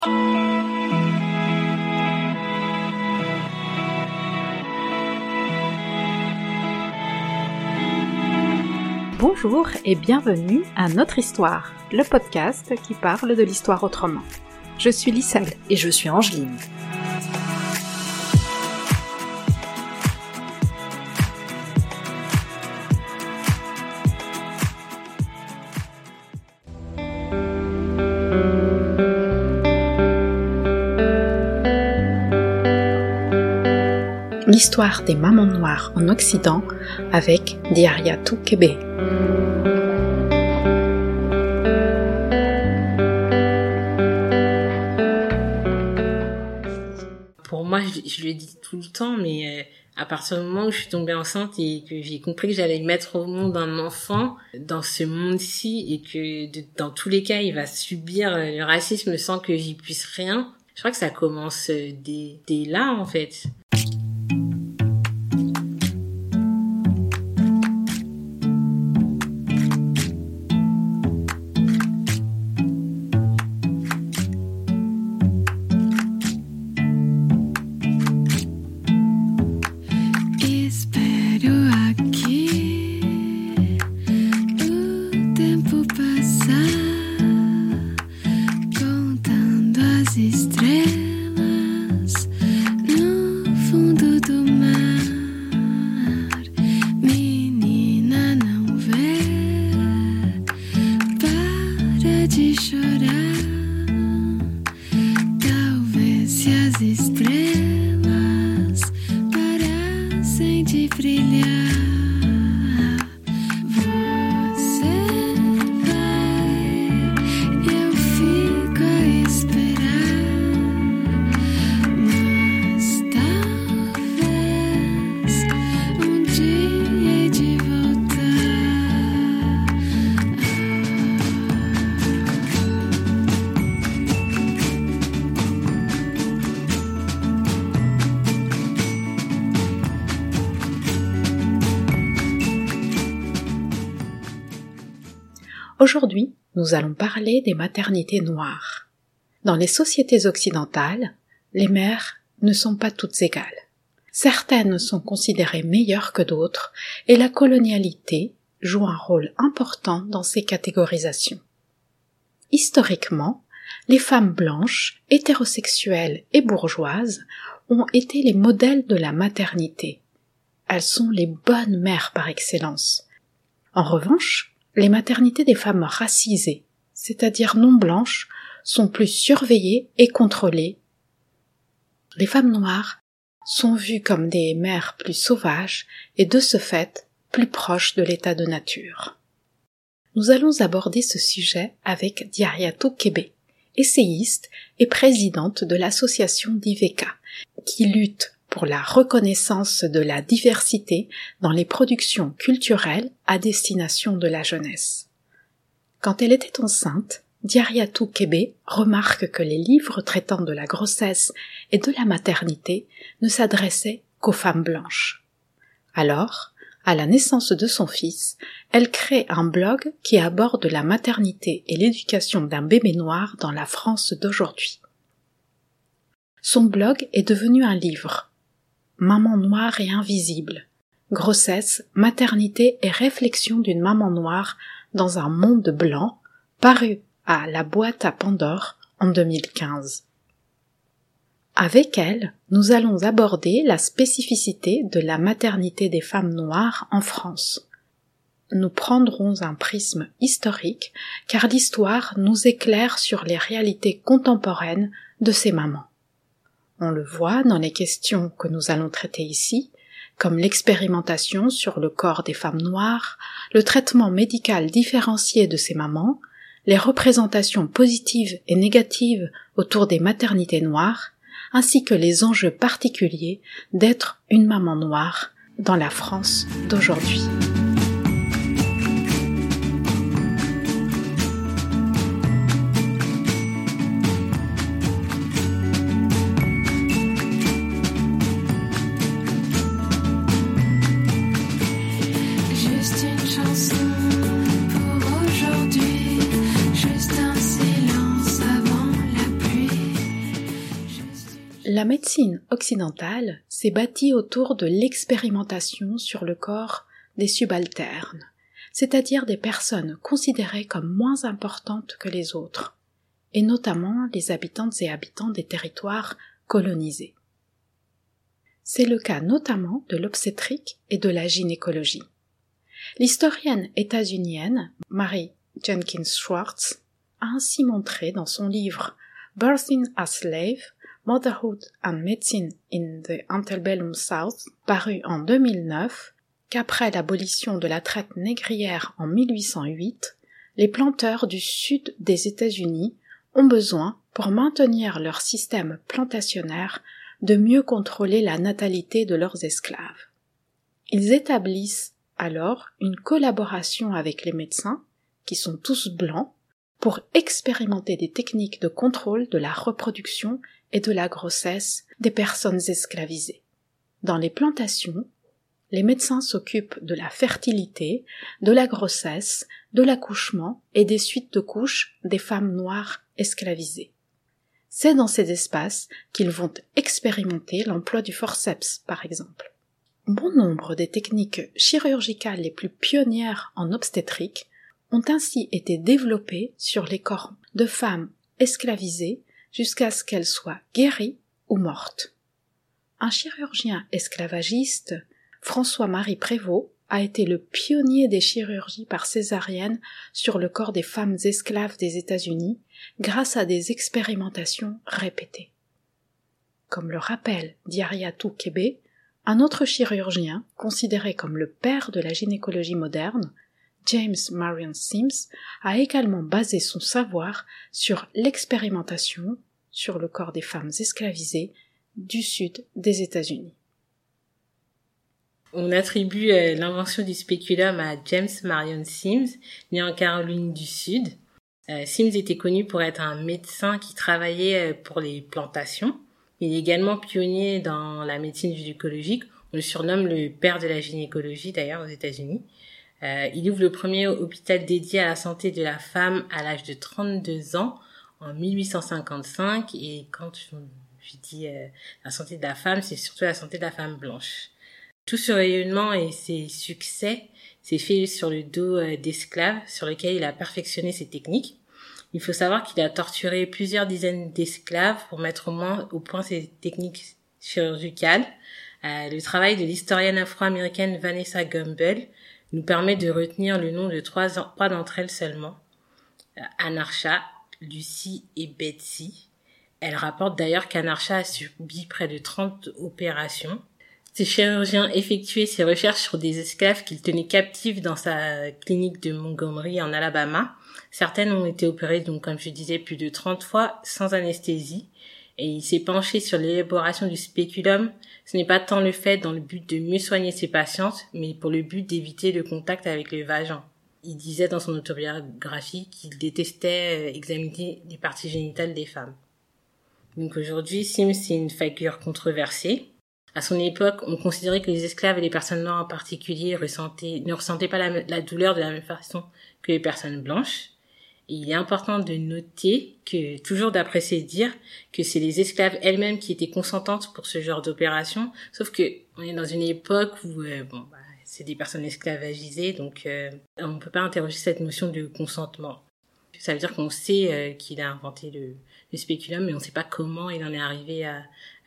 Bonjour et bienvenue à Notre Histoire, le podcast qui parle de l'histoire autrement. Je suis Lisselle. Et je suis Angeline. L'histoire des mamans noires en Occident avec Diaryatou Kébé. Pour moi, je le dis tout le temps, mais à partir du moment où je suis tombée enceinte et que j'ai compris que j'allais mettre au monde un enfant dans ce monde-ci et que dans tous les cas, il va subir le racisme sans que j'y puisse rien, je crois que ça commence dès là, en fait. Aujourd'hui, nous allons parler des maternités noires. Dans les sociétés occidentales, les mères ne sont pas toutes égales. Certaines sont considérées meilleures que d'autres et la colonialité joue un rôle important dans ces catégorisations. Historiquement, les femmes blanches, hétérosexuelles et bourgeoises ont été les modèles de la maternité. Elles sont les bonnes mères par excellence. En revanche, les maternités des femmes racisées, c'est-à-dire non blanches, sont plus surveillées et contrôlées. Les femmes noires sont vues comme des mères plus sauvages et de ce fait plus proches de l'état de nature. Nous allons aborder ce sujet avec Diaryatou Kébé, essayiste et présidente de l'association d'Iveka, qui lutte pour la reconnaissance de la diversité dans les productions culturelles à destination de la jeunesse. Quand elle était enceinte, Diaryatou Kébé remarque que les livres traitant de la grossesse et de la maternité ne s'adressaient qu'aux femmes blanches. Alors, à la naissance de son fils, elle crée un blog qui aborde la maternité et l'éducation d'un bébé noir dans la France d'aujourd'hui. Son blog est devenu un livre, Maman noire et invisible, grossesse, maternité et réflexion d'une maman noire dans un monde blanc, paru à La Boîte à Pandore en 2015. Avec elle, nous allons aborder la spécificité de la maternité des femmes noires en France. Nous prendrons un prisme historique car l'histoire nous éclaire sur les réalités contemporaines de ces mamans. On le voit dans les questions que nous allons traiter ici, comme l'expérimentation sur le corps des femmes noires, le traitement médical différencié de ces mamans, les représentations positives et négatives autour des maternités noires, ainsi que les enjeux particuliers d'être une maman noire dans la France d'aujourd'hui. La médecine occidentale s'est bâtie autour de l'expérimentation sur le corps des subalternes, c'est-à-dire des personnes considérées comme moins importantes que les autres, et notamment les habitantes et habitants des territoires colonisés. C'est le cas notamment de l'obstétrique et de la gynécologie. L'historienne états-unienne Mary Jenkins Schwartz a ainsi montré dans son livre Birthing as Slave, Motherhood and Medicine in the Antebellum South, paru en 2009, qu'après l'abolition de la traite négrière en 1808, les planteurs du sud des États-Unis ont besoin, pour maintenir leur système plantationnaire, de mieux contrôler la natalité de leurs esclaves. Ils établissent alors une collaboration avec les médecins, qui sont tous blancs, pour expérimenter des techniques de contrôle de la reproduction et de la grossesse des personnes esclavisées. Dans les plantations, les médecins s'occupent de la fertilité, de la grossesse, de l'accouchement et des suites de couches des femmes noires esclavisées. C'est dans ces espaces qu'ils vont expérimenter l'emploi du forceps, par exemple. Bon nombre des techniques chirurgicales les plus pionnières en obstétrique ont ainsi été développées sur les corps de femmes esclavisées jusqu'à ce qu'elles soient guéries ou mortes. Un chirurgien esclavagiste, François-Marie Prévost, a été le pionnier des chirurgies par césarienne sur le corps des femmes esclaves des États-Unis grâce à des expérimentations répétées. Comme le rappelle Diariatou Kébé, un autre chirurgien, considéré comme le père de la gynécologie moderne, James Marion Sims, a également basé son savoir sur l'expérimentation sur le corps des femmes esclavisées du sud des États-Unis. On attribue l'invention du spéculum à James Marion Sims, né en Caroline du Sud. Sims était connu pour être un médecin qui travaillait pour les plantations. Il est également pionnier dans la médecine gynécologique. On le surnomme le père de la gynécologie d'ailleurs aux États-Unis. Il ouvre le premier hôpital dédié à la santé de la femme à l'âge de 32 ans en 1855. Et quand je dis la santé de la femme, c'est surtout la santé de la femme blanche. Tout ce rayonnement et ses succès s'est fait sur le dos d'esclaves sur lesquels il a perfectionné ses techniques. Il faut savoir qu'il a torturé plusieurs dizaines d'esclaves pour mettre au point ses techniques chirurgicales. Le travail de l'historienne afro-américaine Vanessa Gumbel nous permet de retenir le nom de trois d'entre elles seulement, Anarcha, Lucy et Betsy. Elle rapporte d'ailleurs qu'Anarcha a subi près de 30 opérations. Ces chirurgiens effectuaient ses recherches sur des esclaves qu'il tenait captifs dans sa clinique de Montgomery en Alabama. Certaines ont été opérées, donc comme je disais, plus de 30 fois sans anesthésie. Et il s'est penché sur l'élaboration du spéculum. Ce n'est pas tant le fait dans le but de mieux soigner ses patientes, mais pour le but d'éviter le contact avec le vagin. Il disait dans son autobiographie qu'il détestait examiner les parties génitales des femmes. Donc aujourd'hui, Sims est une figure controversée. À son époque, on considérait que les esclaves et les personnes noires en particulier ne ressentaient pas la douleur de la même façon que les personnes blanches. Et il est important de noter que, toujours d'après ses dires, que c'est les esclaves elles-mêmes qui étaient consentantes pour ce genre d'opération, sauf que on est dans une époque où c'est des personnes esclavagisées, donc on ne peut pas interroger cette notion de consentement. Ça veut dire qu'on sait qu'il a inventé le spéculum, mais on ne sait pas comment il en est arrivé à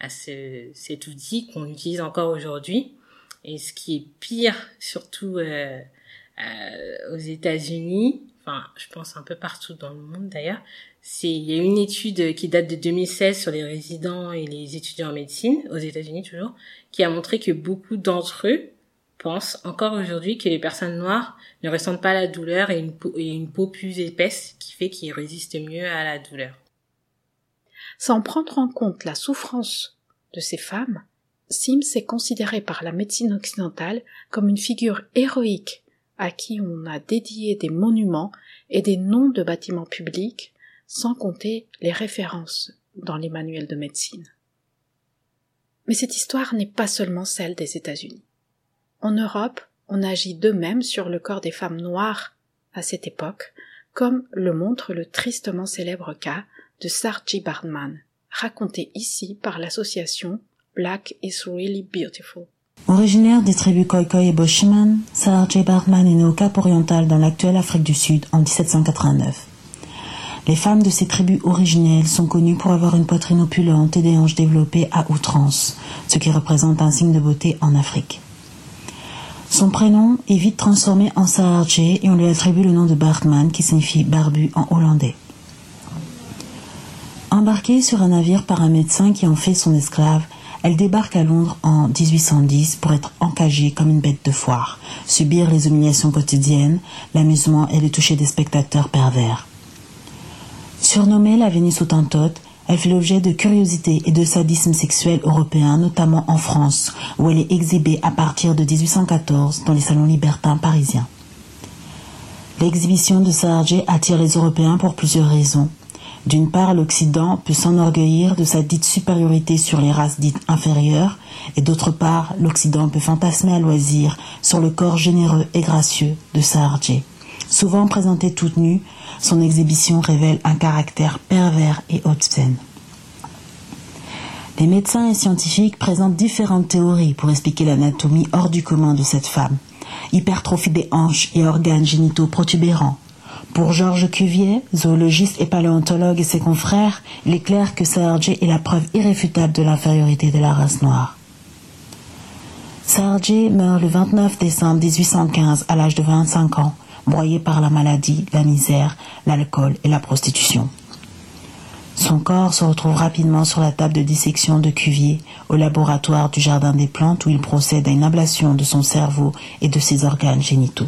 cet outil qu'on utilise encore aujourd'hui. Et ce qui est pire, surtout aux États-Unis, enfin, je pense un peu partout dans le monde d'ailleurs, il y a une étude qui date de 2016 sur les résidents et les étudiants en médecine, aux États-Unis toujours, qui a montré que beaucoup d'entre eux pensent encore aujourd'hui que les personnes noires ne ressentent pas la douleur et une peau plus épaisse qui fait qu'ils résistent mieux à la douleur. Sans prendre en compte la souffrance de ces femmes, Sims est considéré par la médecine occidentale comme une figure héroïque à qui on a dédié des monuments et des noms de bâtiments publics, sans compter les références dans les manuels de médecine. Mais cette histoire n'est pas seulement celle des États-Unis. En Europe, on agit de même sur le corps des femmes noires à cette époque, comme le montre le tristement célèbre cas de Saartjie Baartman, racontée ici par l'association Black is Really Beautiful. Originaire des tribus Khoikhoi et Boshiman, Saartjie Baartman est née au Cap Oriental dans l'actuelle Afrique du Sud en 1789. Les femmes de ces tribus originelles sont connues pour avoir une poitrine opulente et des hanches développées à outrance, ce qui représente un signe de beauté en Afrique. Son prénom est vite transformé en Saartjie et on lui attribue le nom de Baartman qui signifie barbu en hollandais. Embarquée sur un navire par un médecin qui en fait son esclave, elle débarque à Londres en 1810 pour être encagée comme une bête de foire, subir les humiliations quotidiennes, l'amusement et le toucher des spectateurs pervers. Surnommée la Vénus Hottentote, elle fait l'objet de curiosité et de sadisme sexuel européen, notamment en France, où elle est exhibée à partir de 1814 dans les salons libertins parisiens. L'exhibition de Saartjie attire les Européens pour plusieurs raisons. D'une part, l'Occident peut s'enorgueillir de sa dite supériorité sur les races dites inférieures, et d'autre part, l'Occident peut fantasmer à loisir sur le corps généreux et gracieux de Saartjie. Souvent présentée toute nue, son exhibition révèle un caractère pervers et obscène. Les médecins et scientifiques présentent différentes théories pour expliquer l'anatomie hors du commun de cette femme. Hypertrophie des hanches et organes génitaux protubérants. Pour Georges Cuvier, zoologiste et paléontologue et ses confrères, il est clair que Saartjie est la preuve irréfutable de l'infériorité de la race noire. Saartjie meurt le 29 décembre 1815 à l'âge de 25 ans, broyé par la maladie, la misère, l'alcool et la prostitution. Son corps se retrouve rapidement sur la table de dissection de Cuvier, au laboratoire du Jardin des Plantes où il procède à une ablation de son cerveau et de ses organes génitaux.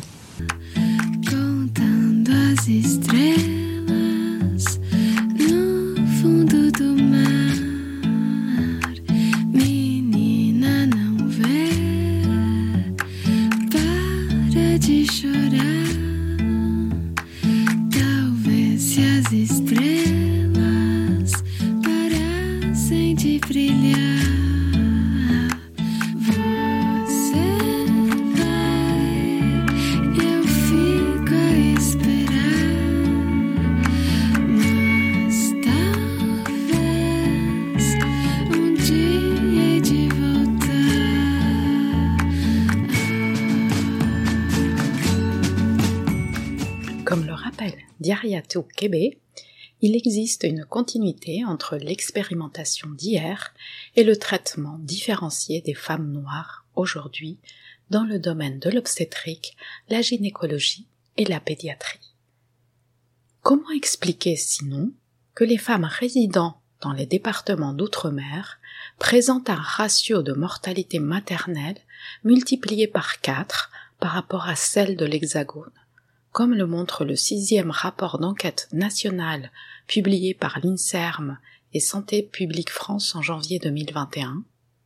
Comme le rappelle Diariatou Kébé, il existe une continuité entre l'expérimentation d'hier et le traitement différencié des femmes noires aujourd'hui dans le domaine de l'obstétrique, la gynécologie et la pédiatrie. Comment expliquer sinon que les femmes résidant dans les départements d'outre-mer présentent un ratio de mortalité maternelle multiplié par 4 par rapport à celle de l'Hexagone, comme le montre le 6e rapport d'enquête nationale publié par l'INSERM et Santé publique France en janvier 2021.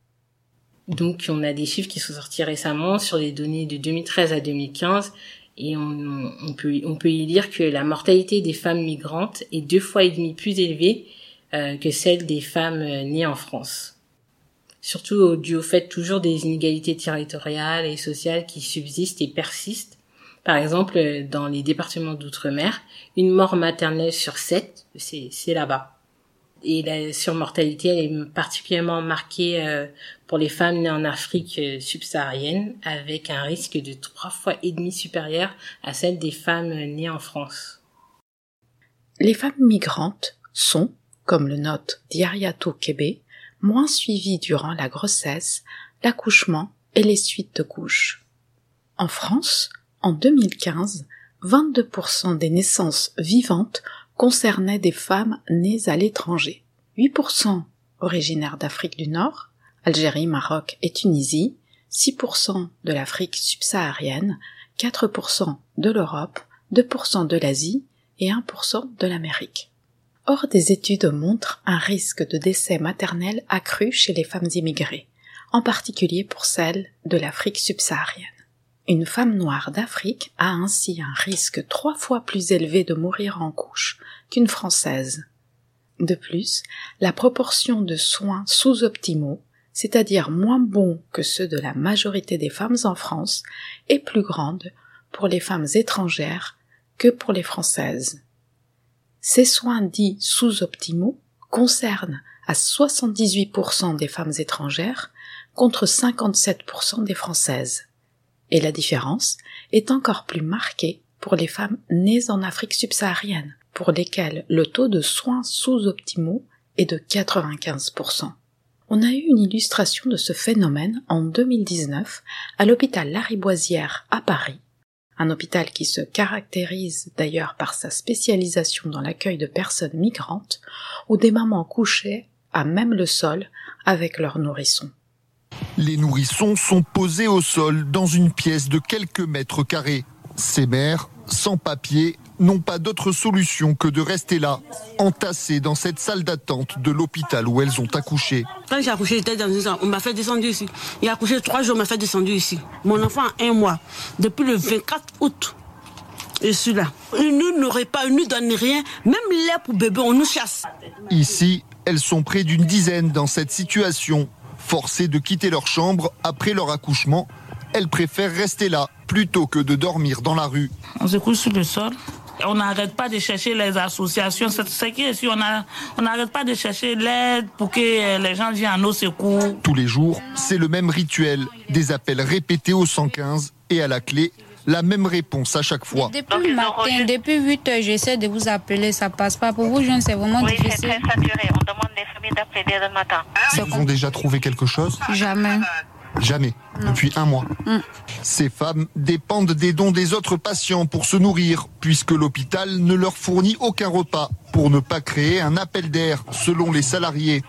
Donc on a des chiffres qui sont sortis récemment sur les données de 2013 à 2015 et on peut y lire que la mortalité des femmes migrantes est 2,5 fois plus élevée que celle des femmes nées en France. Surtout dû au fait toujours des inégalités territoriales et sociales qui subsistent et persistent. Par exemple, dans les départements d'outre-mer, une mort maternelle sur 7, c'est là-bas. Et la surmortalité, elle est particulièrement marquée pour les femmes nées en Afrique subsaharienne, avec un risque de 3,5 fois supérieur à celle des femmes nées en France. Les femmes migrantes sont, comme le note Diariatou Kébé, moins suivies durant la grossesse, l'accouchement et les suites de couches. En France, en 2015, 22% des naissances vivantes concernaient des femmes nées à l'étranger. 8% originaires d'Afrique du Nord, Algérie, Maroc et Tunisie, 6% de l'Afrique subsaharienne, 4% de l'Europe, 2% de l'Asie et 1% de l'Amérique. Or, des études montrent un risque de décès maternel accru chez les femmes immigrées, en particulier pour celles de l'Afrique subsaharienne. Une femme noire d'Afrique a ainsi un risque 3 fois plus élevé de mourir en couche qu'une Française. De plus, la proportion de soins sous-optimaux, c'est-à-dire moins bons que ceux de la majorité des femmes en France, est plus grande pour les femmes étrangères que pour les Françaises. Ces soins dits sous-optimaux concernent à 78% des femmes étrangères contre 57% des françaises. Et la différence est encore plus marquée pour les femmes nées en Afrique subsaharienne, pour lesquelles le taux de soins sous-optimaux est de 95%. On a eu une illustration de ce phénomène en 2019 à l'hôpital Lariboisière à Paris, un hôpital qui se caractérise d'ailleurs par sa spécialisation dans l'accueil de personnes migrantes, où des mamans couchaient à même le sol avec leurs nourrissons. Les nourrissons sont posés au sol dans une pièce de quelques mètres carrés. Ces mères, sans papier, n'ont pas d'autre solution que de rester là, entassées dans cette salle d'attente de l'hôpital où elles ont accouché. Quand j'ai accouché, j'étais dans une salle, on m'a fait descendre ici. Il a accouché 3 jours, on m'a fait descendre ici. Mon enfant a 1 mois. Depuis le 24 août, je suis là. Ils ne nous repas, ils ne nous donnent rien. Même lait pour bébé, on nous chasse. Ici, elles sont près d'une dizaine dans cette situation. Forcées de quitter leur chambre après leur accouchement, elles préfèrent rester là plutôt que de dormir dans la rue. On se couche sur le sol. On n'arrête pas de chercher les associations. C'est qui ici, on n'arrête pas de chercher l'aide pour que les gens viennent à nos secours. Tous les jours, c'est le même rituel. Des appels répétés au 115 et à la clé, la même réponse à chaque fois. Depuis le matin, depuis 8 heures, j'essaie de vous appeler, ça passe pas. Pour vous, c'est vraiment difficile. Oui, c'est très saturé. On demande les familles d'appeler dès le matin. Ils ont déjà trouvé quelque chose ? Jamais. Jamais. Depuis 1 mois. Ces femmes dépendent des dons des autres patients pour se nourrir, puisque l'hôpital ne leur fournit aucun repas, pour ne pas créer un appel d'air, selon les salariés.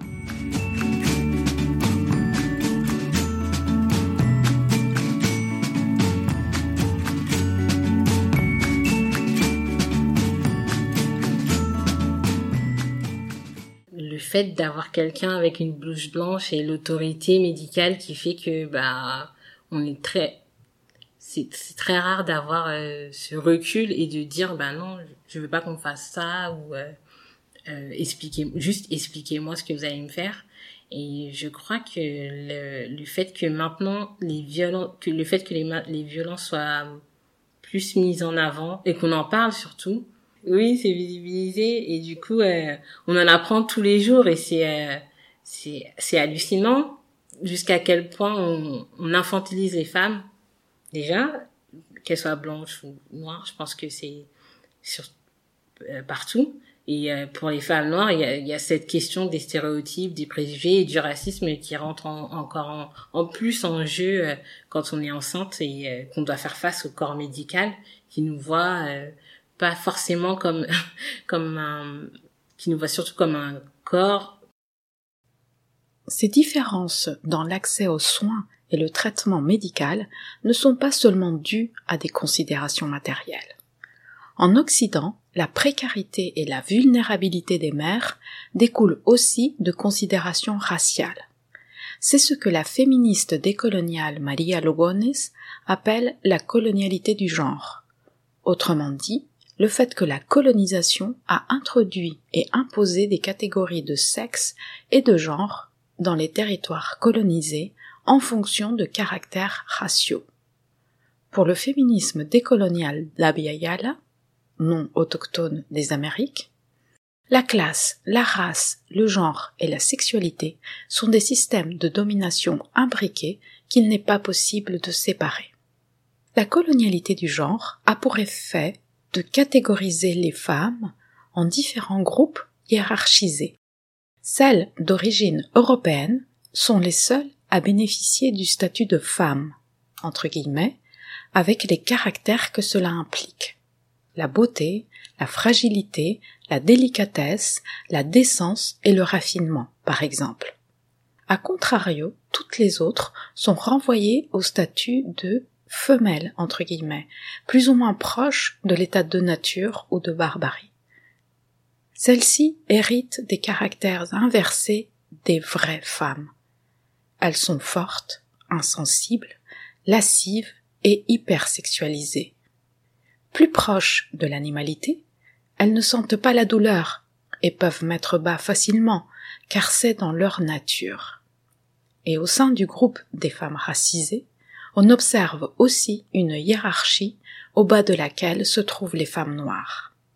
Le fait d'avoir quelqu'un avec une blouse blanche et l'autorité médicale qui fait que on est c'est très rare d'avoir ce recul et de dire non, je veux pas qu'on fasse ça, ou expliquez-moi ce que vous allez me faire. Et je crois que le fait que maintenant les violences soient plus mises en avant et qu'on en parle surtout. Oui, c'est visibilisé et du coup, on en apprend tous les jours et c'est hallucinant jusqu'à quel point on infantilise les femmes. Déjà, qu'elles soient blanches ou noires, je pense que c'est partout. Et pour les femmes noires, il y a cette question des stéréotypes, des préjugés et du racisme qui rentre encore en plus en jeu quand on est enceinte et qu'on doit faire face au corps médical qui nous voit pas forcément qui nous voit surtout comme un corps. Ces différences dans l'accès aux soins et le traitement médical ne sont pas seulement dues à des considérations matérielles. En Occident, la précarité et la vulnérabilité des mères découlent aussi de considérations raciales. C'est ce que la féministe décoloniale Maria Lugones appelle la colonialité du genre. Autrement dit, le fait que la colonisation a introduit et imposé des catégories de sexe et de genre dans les territoires colonisés en fonction de caractères raciaux. Pour le féminisme décolonial d'Abya Yala, non autochtone des Amériques, la classe, la race, le genre et la sexualité sont des systèmes de domination imbriqués qu'il n'est pas possible de séparer. La colonialité du genre a pour effet de catégoriser les femmes en différents groupes hiérarchisés. Celles d'origine européenne sont les seules à bénéficier du statut de femme, entre guillemets, avec les caractères que cela implique. La beauté, la fragilité, la délicatesse, la décence et le raffinement, par exemple. A contrario, toutes les autres sont renvoyées au statut de femelle, entre guillemets, plus ou moins proche de l'état de nature ou de barbarie. Celles-ci héritent des caractères inversés des vraies femmes. Elles sont fortes, insensibles, lascives et hypersexualisées. Plus proches de l'animalité, elles ne sentent pas la douleur et peuvent mettre bas facilement, car c'est dans leur nature. Et au sein du groupe des femmes racisées, on observe aussi une hiérarchie au bas de laquelle se trouvent les femmes noires.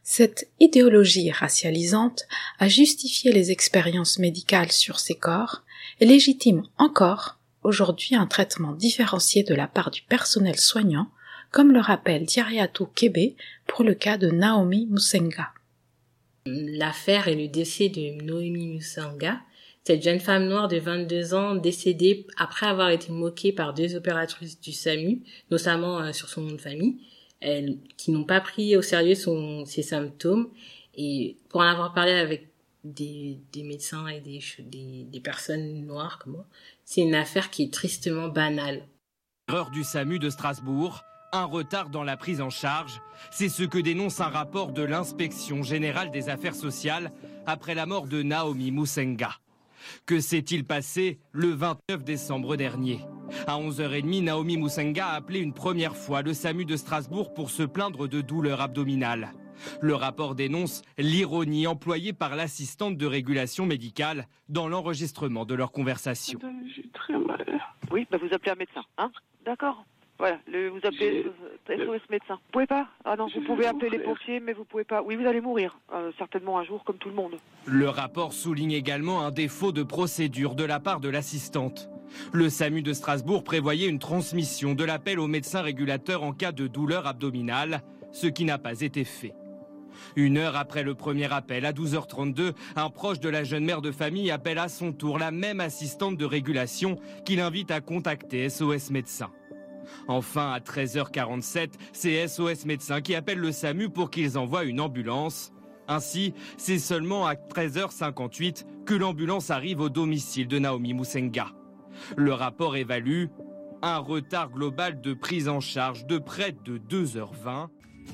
Cette idéologie racialisante a justifié les expériences médicales sur ces corps et légitime encore aujourd'hui un traitement différencié de la part du personnel soignant, comme le rappelle Diriatou Kébé pour le cas de Naomi Musenga. L'affaire et le décès de Naomi Musenga, cette jeune femme noire de 22 ans décédée après avoir été moquée par 2 opératrices du SAMU, notamment sur son nom de famille, qui n'ont pas pris au sérieux ses symptômes. Et pour en avoir parlé avec des médecins et des personnes noires comme moi, c'est une affaire qui est tristement banale. Erreur du SAMU de Strasbourg, un retard dans la prise en charge, c'est ce que dénonce un rapport de l'Inspection générale des affaires sociales après la mort de Naomi Musenga. Que s'est-il passé le 29 décembre dernier ? À 11h30, Naomi Musenga a appelé une première fois le SAMU de Strasbourg pour se plaindre de douleurs abdominales. Le rapport dénonce l'ironie employée par l'assistante de régulation médicale dans l'enregistrement de leur conversation. J'ai très mal. Oui, vous appelez un médecin, hein ? D'accord. Voilà, vous appelez SOS médecin. Vous pouvez pas ? Ah non, vous pouvez appeler les pompiers, mais vous pouvez pas. Oui, vous allez mourir, certainement un jour, comme tout le monde. Le rapport souligne également un défaut de procédure de la part de l'assistante. Le SAMU de Strasbourg prévoyait une transmission de l'appel au médecin régulateur en cas de douleur abdominale, ce qui n'a pas été fait. 1 heure après le premier appel, à 12h32, un proche de la jeune mère de famille appelle à son tour la même assistante de régulation qui l'invite à contacter SOS médecin. Enfin, à 13h47, c'est SOS médecin qui appelle le SAMU pour qu'ils envoient une ambulance. Ainsi, c'est seulement à 13h58 que l'ambulance arrive au domicile de Naomi Musenga. Le rapport évalue un retard global de prise en charge de près de 2h20.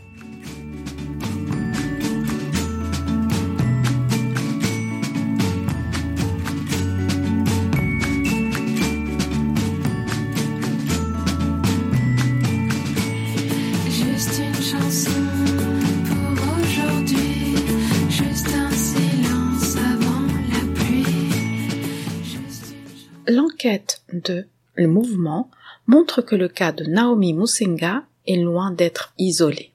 L'enquête de Le Mouvement montre que le cas de Naomi Musenga est loin d'être isolé.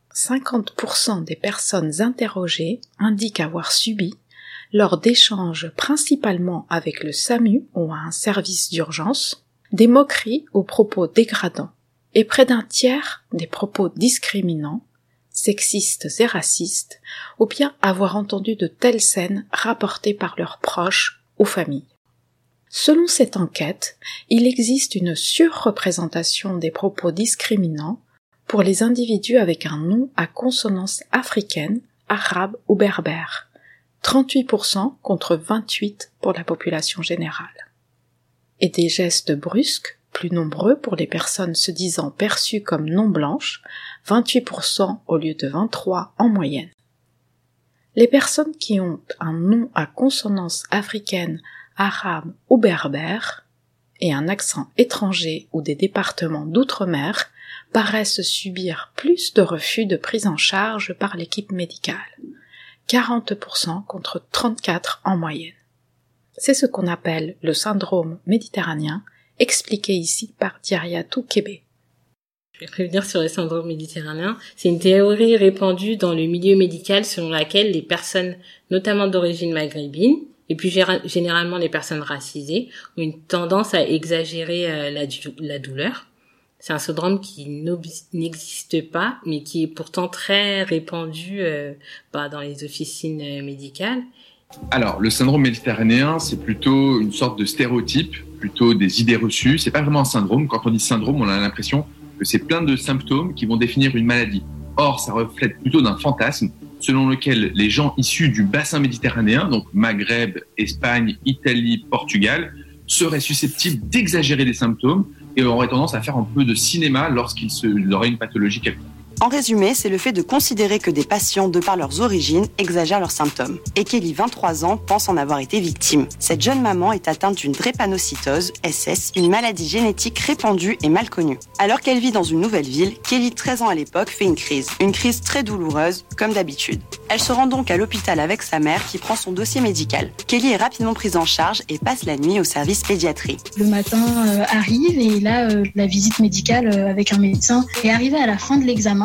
50% des personnes interrogées indiquent avoir subi, lors d'échanges principalement avec le SAMU ou un service d'urgence, des moqueries aux propos dégradants et près d'un tiers des propos discriminants, sexistes et racistes, ou bien avoir entendu de telles scènes rapportées par leurs proches ou familles. Selon cette enquête, il existe une surreprésentation des propos discriminants pour les individus avec un nom à consonance africaine, arabe ou berbère, 38% contre 28% pour la population générale. Et des gestes brusques, plus nombreux pour les personnes se disant perçues comme non blanches, 28% au lieu de 23% en moyenne. Les personnes qui ont un nom à consonance africaine, arabe ou berbère, et un accent étranger ou des départements d'outre-mer paraissent subir plus de refus de prise en charge par l'équipe médicale, 40% contre 34% en moyenne. C'est ce qu'on appelle le syndrome méditerranéen, expliqué ici par Diriatou Kébé. Je vais revenir sur le syndrome méditerranéen. C'est une théorie répandue dans le milieu médical selon laquelle les personnes, notamment d'origine maghrébine, et puis généralement les personnes racisées, ont une tendance à exagérer la douleur. C'est un syndrome qui n'existe pas, mais qui est pourtant très répandu dans les officines médicales. Alors, le syndrome méditerranéen, c'est plutôt une sorte de stéréotype, plutôt des idées reçues. C'est pas vraiment un syndrome. Quand on dit syndrome, on a l'impression que c'est plein de symptômes qui vont définir une maladie. Or, ça reflète plutôt d'un fantasme selon lequel les gens issus du bassin méditerranéen, donc Maghreb, Espagne, Italie, Portugal, seraient susceptibles d'exagérer des symptômes et auraient tendance à faire un peu de cinéma lorsqu'ils auraient une pathologie quelconque. En résumé, c'est le fait de considérer que des patients, de par leurs origines, exagèrent leurs symptômes. Et Kelly, 23 ans, pense en avoir été victime. Cette jeune maman est atteinte d'une drépanocytose, SS, une maladie génétique répandue et mal connue. Alors qu'elle vit dans une nouvelle ville, Kelly, 13 ans à l'époque, fait une crise très douloureuse, comme d'habitude. Elle se rend donc à l'hôpital avec sa mère qui prend son dossier médical. Kelly est rapidement prise en charge et passe la nuit au service pédiatrie. Le matin arrive et là, la visite médicale avec un médecin est arrivée à la fin de l'examen.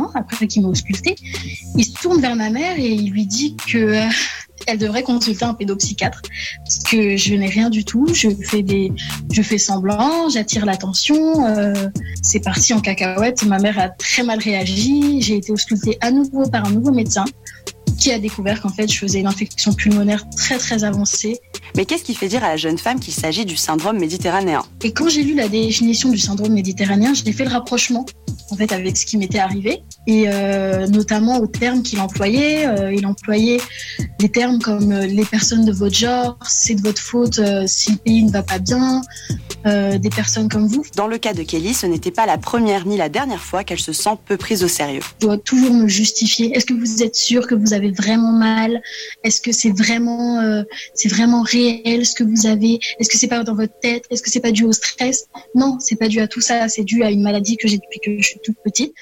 main, après qu'il m'a ausculté. Il se tourne vers ma mère et il lui dit que elle devrait consulter un pédopsychiatre parce que je n'ai rien du tout. Je fais semblant, j'attire l'attention. C'est parti en cacahuète. Ma mère a très mal réagi. J'ai été auscultée à nouveau par un nouveau médecin qui a découvert qu'en fait, je faisais une infection pulmonaire très très avancée. Mais qu'est-ce qui fait dire à la jeune femme qu'il s'agit du syndrome méditerranéen ? Et quand j'ai lu la définition du syndrome méditerranéen, j'ai fait le rapprochement en fait avec ce qui m'était arrivé et notamment aux termes qu'il employait. Il employait des termes comme les personnes de votre genre, c'est de votre faute si le pays ne va pas bien, des personnes comme vous. Dans le cas de Kelly, ce n'était pas la première ni la dernière fois qu'elle se sent peu prise au sérieux. Je dois toujours me justifier. Est-ce que vous êtes sûr que vous avez vraiment mal ? Est-ce que c'est vraiment réel ce que vous avez ? Est-ce que c'est pas dans votre tête ? Est-ce que c'est pas dû au stress ? Non, c'est pas dû à tout ça. C'est dû à une maladie que j'ai depuis que je suis toute petite.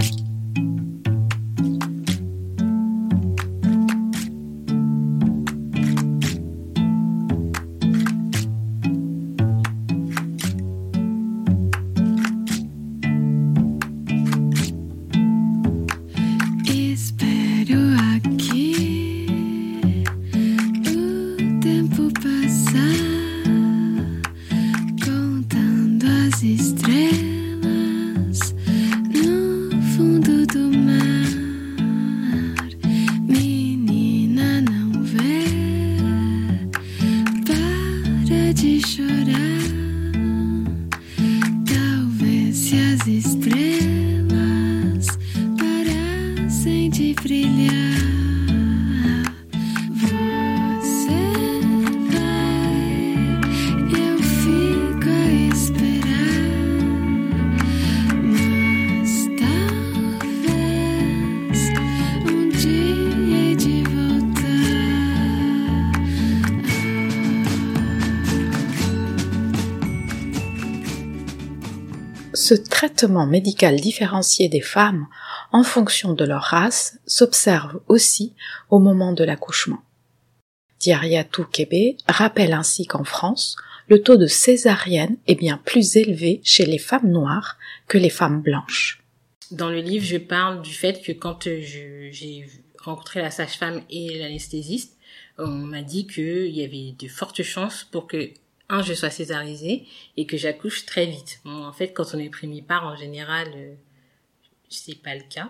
Ce traitement médical différencié des femmes en fonction de leur race s'observe aussi au moment de l'accouchement. Diariatou Kébé rappelle ainsi qu'en France, le taux de césarienne est bien plus élevé chez les femmes noires que les femmes blanches. Dans le livre, je parle du fait que quand j'ai rencontré la sage-femme et l'anesthésiste, on m'a dit qu'il y avait de fortes chances pour que je sois césarisée et que j'accouche très vite. Bon, en fait, quand on est primipare, en général, c'est pas le cas.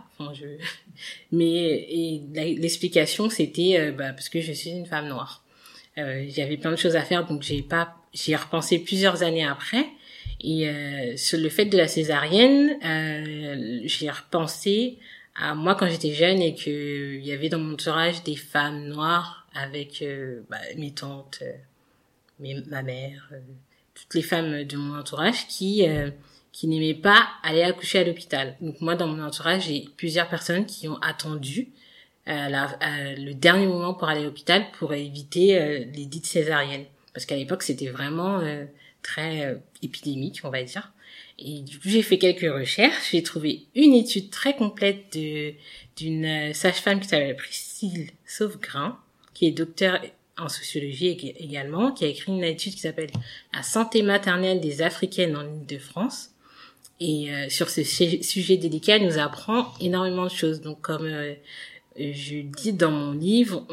Mais l'explication, c'était parce que je suis une femme noire. J'avais plein de choses à faire, donc j'y ai repensé plusieurs années après. Et sur le fait de la césarienne, j'ai repensé à moi quand j'étais jeune et que il y avait dans mon entourage des femmes noires avec mes tantes, ma mère, toutes les femmes de mon entourage qui n'aimaient pas aller accoucher à l'hôpital. Donc moi, dans mon entourage, j'ai plusieurs personnes qui ont attendu le dernier moment pour aller à l'hôpital pour éviter les dites césariennes. Parce qu'à l'époque, c'était vraiment très épidémique, on va dire. Et du coup, j'ai fait quelques recherches. J'ai trouvé une étude très complète d'une sage-femme qui s'appelle Priscille Sauvegrain, qui est docteure en sociologie également, qui a écrit une étude qui s'appelle « La santé maternelle des Africaines en Île-de-France ». Et sur ce sujet délicat, elle nous apprend énormément de choses. Donc, comme je dis dans mon livre,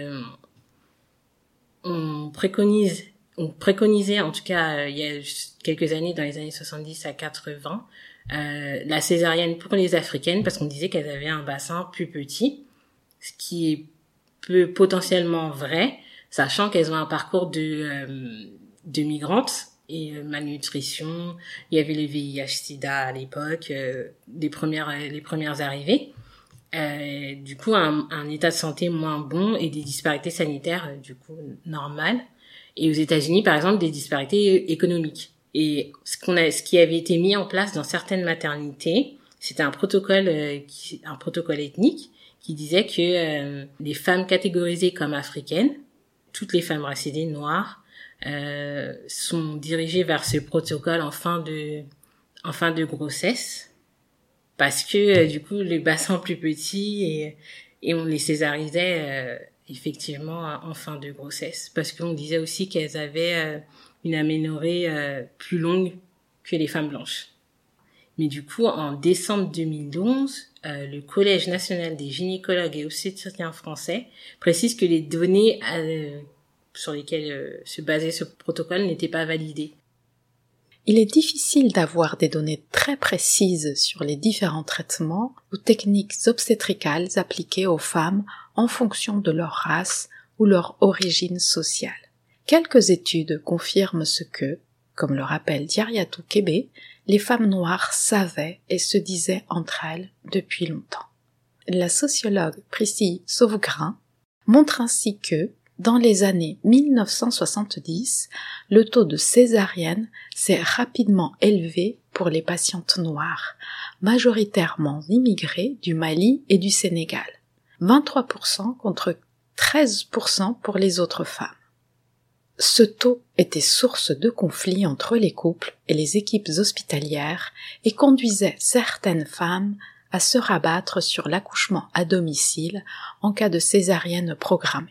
on préconisait, en tout cas, il y a quelques années, dans les années 70 à 80, la césarienne pour les Africaines, parce qu'on disait qu'elles avaient un bassin plus petit, ce qui est potentiellement vrai, sachant qu'elles ont un parcours de migrantes et malnutrition. Il y avait le VIH/SIDA à l'époque, les premières arrivées. Du coup, un état de santé moins bon et des disparités sanitaires, du coup, normales. Et aux États-Unis, par exemple, des disparités économiques. Et ce qui avait été mis en place dans certaines maternités, c'était un protocole ethnique qui disait que les femmes catégorisées comme africaines, toutes les femmes racisées noires, sont dirigées vers ce protocole en fin de grossesse, parce que du coup le bassin plus petit et on les césarisait effectivement en fin de grossesse, parce qu'on disait aussi qu'elles avaient une aménorrhée plus longue que les femmes blanches. Mais du coup, en décembre 2011, le Collège national des gynécologues et obstétriciens français précise que les données sur lesquelles se basait ce protocole n'étaient pas validées. Il est difficile d'avoir des données très précises sur les différents traitements ou techniques obstétricales appliquées aux femmes en fonction de leur race ou leur origine sociale. Quelques études confirment ce que, comme le rappelle Diaryatou Kébé, les femmes noires savaient et se disaient entre elles depuis longtemps. La sociologue Priscille Sauvegrain montre ainsi que, dans les années 1970, le taux de césarienne s'est rapidement élevé pour les patientes noires, majoritairement immigrées du Mali et du Sénégal, 23% contre 13% pour les autres femmes. Ce taux était source de conflits entre les couples et les équipes hospitalières et conduisait certaines femmes à se rabattre sur l'accouchement à domicile en cas de césarienne programmée.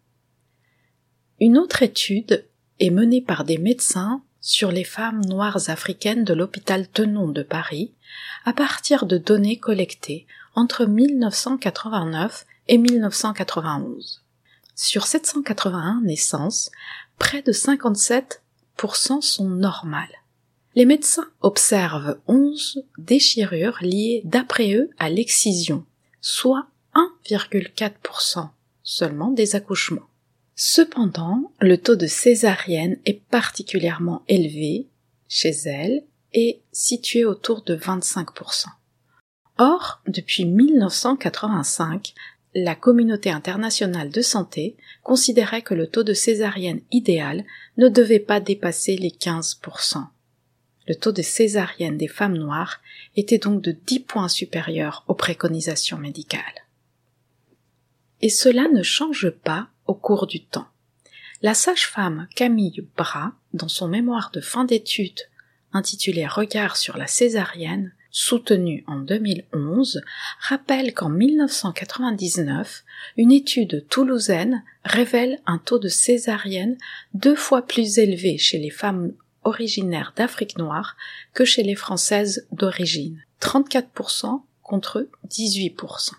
Une autre étude est menée par des médecins sur les femmes noires africaines de l'hôpital Tenon de Paris à partir de données collectées entre 1989 et 1991. Sur 781 naissances, près de 57% sont normales. Les médecins observent 11 déchirures liées d'après eux à l'excision, soit 1,4% seulement des accouchements. Cependant, le taux de césarienne est particulièrement élevé chez elles et situé autour de 25%. Or, depuis 1985, la communauté internationale de santé considérait que le taux de césarienne idéal ne devait pas dépasser les 15%. Le taux de césarienne des femmes noires était donc de 10 points supérieur aux préconisations médicales. Et cela ne change pas au cours du temps. La sage-femme Camille Bras, dans son mémoire de fin d'études intitulé « Regard sur la césarienne », soutenu en 2011, rappelle qu'en 1999, une étude toulousaine révèle un taux de césarienne 2 fois plus élevé chez les femmes originaires d'Afrique noire que chez les Françaises d'origine, 34% contre 18%.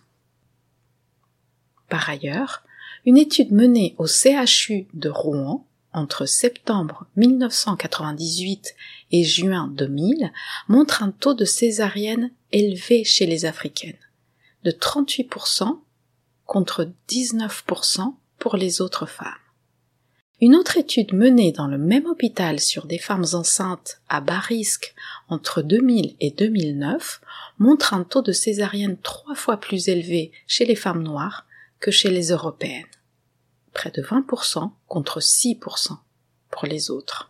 Par ailleurs, une étude menée au CHU de Rouen entre septembre 1998 et juin 2000 montre un taux de césarienne élevé chez les Africaines, de 38% contre 19% pour les autres femmes. Une autre étude menée dans le même hôpital sur des femmes enceintes à bas risque entre 2000 et 2009 montre un taux de césarienne 3 fois plus élevé chez les femmes noires que chez les européennes, près de 20% contre 6% pour les autres.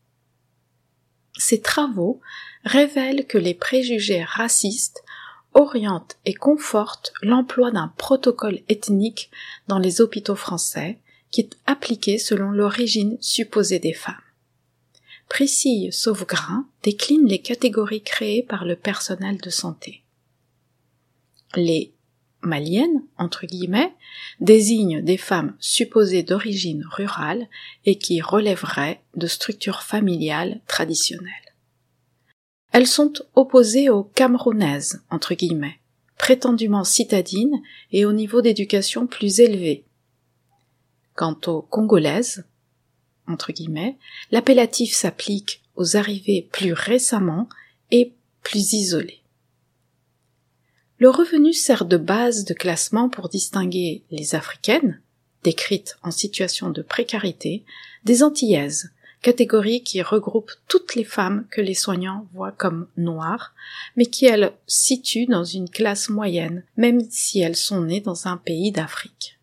Ces travaux révèlent que les préjugés racistes orientent et confortent l'emploi d'un protocole ethnique dans les hôpitaux français qui est appliqué selon l'origine supposée des femmes. Priscille Sauvegrain décline les catégories créées par le personnel de santé. Les maliennes, entre guillemets, désignent des femmes supposées d'origine rurale et qui relèveraient de structures familiales traditionnelles. Elles sont opposées aux camerounaises, entre guillemets, prétendument citadines et au niveau d'éducation plus élevé. Quant aux congolaises, entre guillemets, l'appellatif s'applique aux arrivées plus récemment et plus isolées. Le revenu sert de base de classement pour distinguer les Africaines, décrites en situation de précarité, des Antillaises, catégorie qui regroupe toutes les femmes que les soignants voient comme noires, mais qui elles situent dans une classe moyenne, même si elles sont nées dans un pays d'Afrique.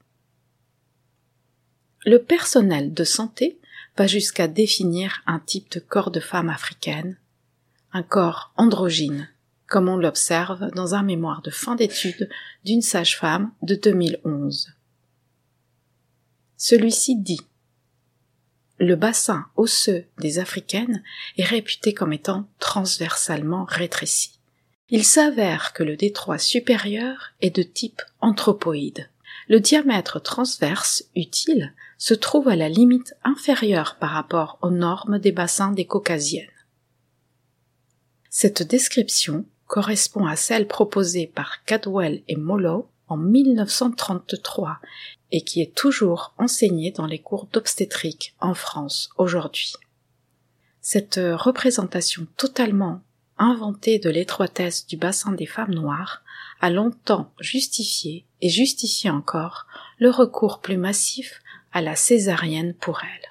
Le personnel de santé va jusqu'à définir un type de corps de femme africaine, un corps androgyne, comme on l'observe dans un mémoire de fin d'études d'une sage-femme de 2011. Celui-ci dit « Le bassin osseux des Africaines est réputé comme étant transversalement rétréci. Il s'avère que le détroit supérieur est de type anthropoïde. Le diamètre transverse utile se trouve à la limite inférieure par rapport aux normes des bassins des Caucasiennes. » Cette description correspond à celle proposée par Cadwell et Mollow en 1933 et qui est toujours enseignée dans les cours d'obstétrique en France aujourd'hui. Cette représentation totalement inventée de l'étroitesse du bassin des femmes noires a longtemps justifié et justifie encore le recours plus massif à la césarienne pour elles.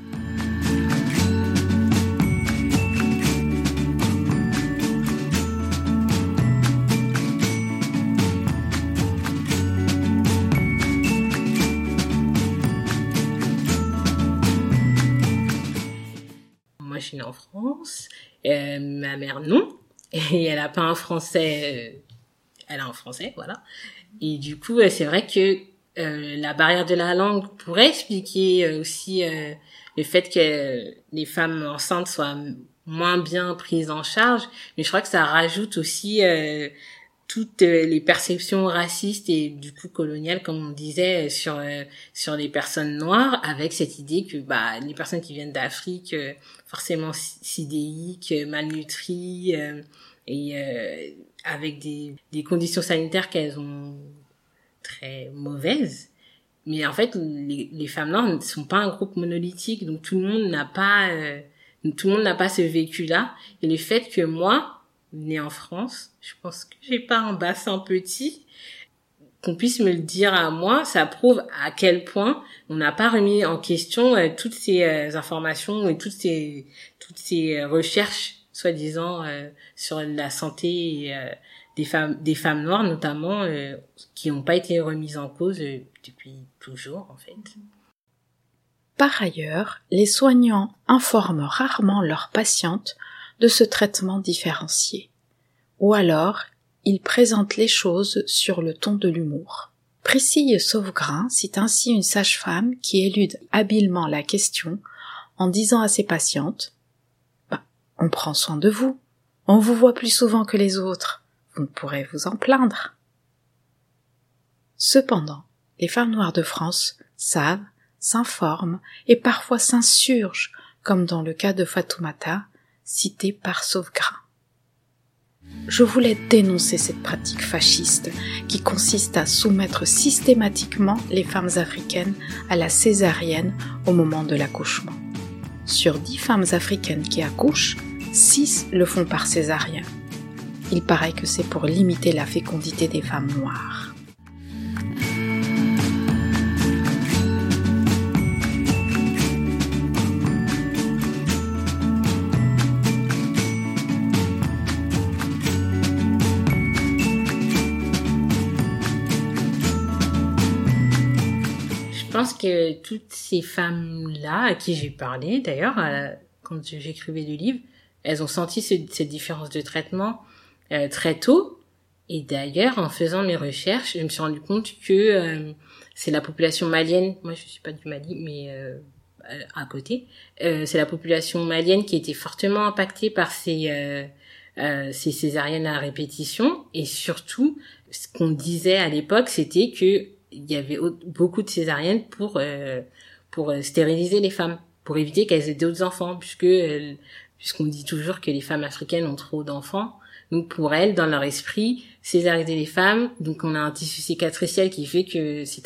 Moi, je suis née en France, ma mère non, et elle a pas un français, elle a un français, voilà. Et du coup, c'est vrai que la barrière de la langue pourrait expliquer aussi le fait que les femmes enceintes soient moins bien prises en charge, mais je crois que ça rajoute aussi toutes les perceptions racistes et du coup coloniales, comme on disait, sur les personnes noires, avec cette idée que les personnes qui viennent d'Afrique, forcément sidéiques, malnutries, et avec des conditions sanitaires qu'elles ont très mauvaises. Mais en fait, les femmes noires ne sont pas un groupe monolithique, donc tout le monde n'a pas ce vécu-là. Et le fait que moi, née en France, je pense que j'ai pas un bassin petit, qu'on puisse me le dire à moi, ça prouve à quel point on n'a pas remis en question toutes ces informations et toutes ces recherches soi-disant sur la santé des femmes noires notamment, qui n'ont pas été remises en cause depuis toujours en fait. Par ailleurs, les soignants informent rarement leurs patientes de ce traitement différencié. Ou alors, ils présentent les choses sur le ton de l'humour. Priscille Sauvegrain cite ainsi une sage-femme qui élude habilement la question en disant à ses patientes « On prend soin de vous, on vous voit plus souvent que les autres, vous ne pourrez vous en plaindre. » Cependant, les femmes noires de France savent, s'informent et parfois s'insurgent, comme dans le cas de Fatoumata, cité par Sauvegrain. Je voulais dénoncer cette pratique fasciste qui consiste à soumettre systématiquement les femmes africaines à la césarienne au moment de l'accouchement. Sur 10 femmes africaines qui accouchent, 6 le font par césarienne. Il paraît que c'est pour limiter la fécondité des femmes noires. Je pense que toutes ces femmes-là, à qui j'ai parlé d'ailleurs, quand j'écrivais le livre, elles ont senti cette différence de traitement très tôt. Et d'ailleurs, en faisant mes recherches, je me suis rendu compte que c'est la population malienne, moi je suis pas du Mali, mais à côté, c'est la population malienne qui était fortement impactée par ces césariennes à répétition. Et surtout, ce qu'on disait à l'époque, c'était que il y avait beaucoup de césariennes pour stériliser les femmes, pour éviter qu'elles aient d'autres enfants, puisqu'on dit toujours que les femmes africaines ont trop d'enfants. Donc pour elles, dans leur esprit, césariser les femmes, donc on a un tissu cicatriciel qui fait que ça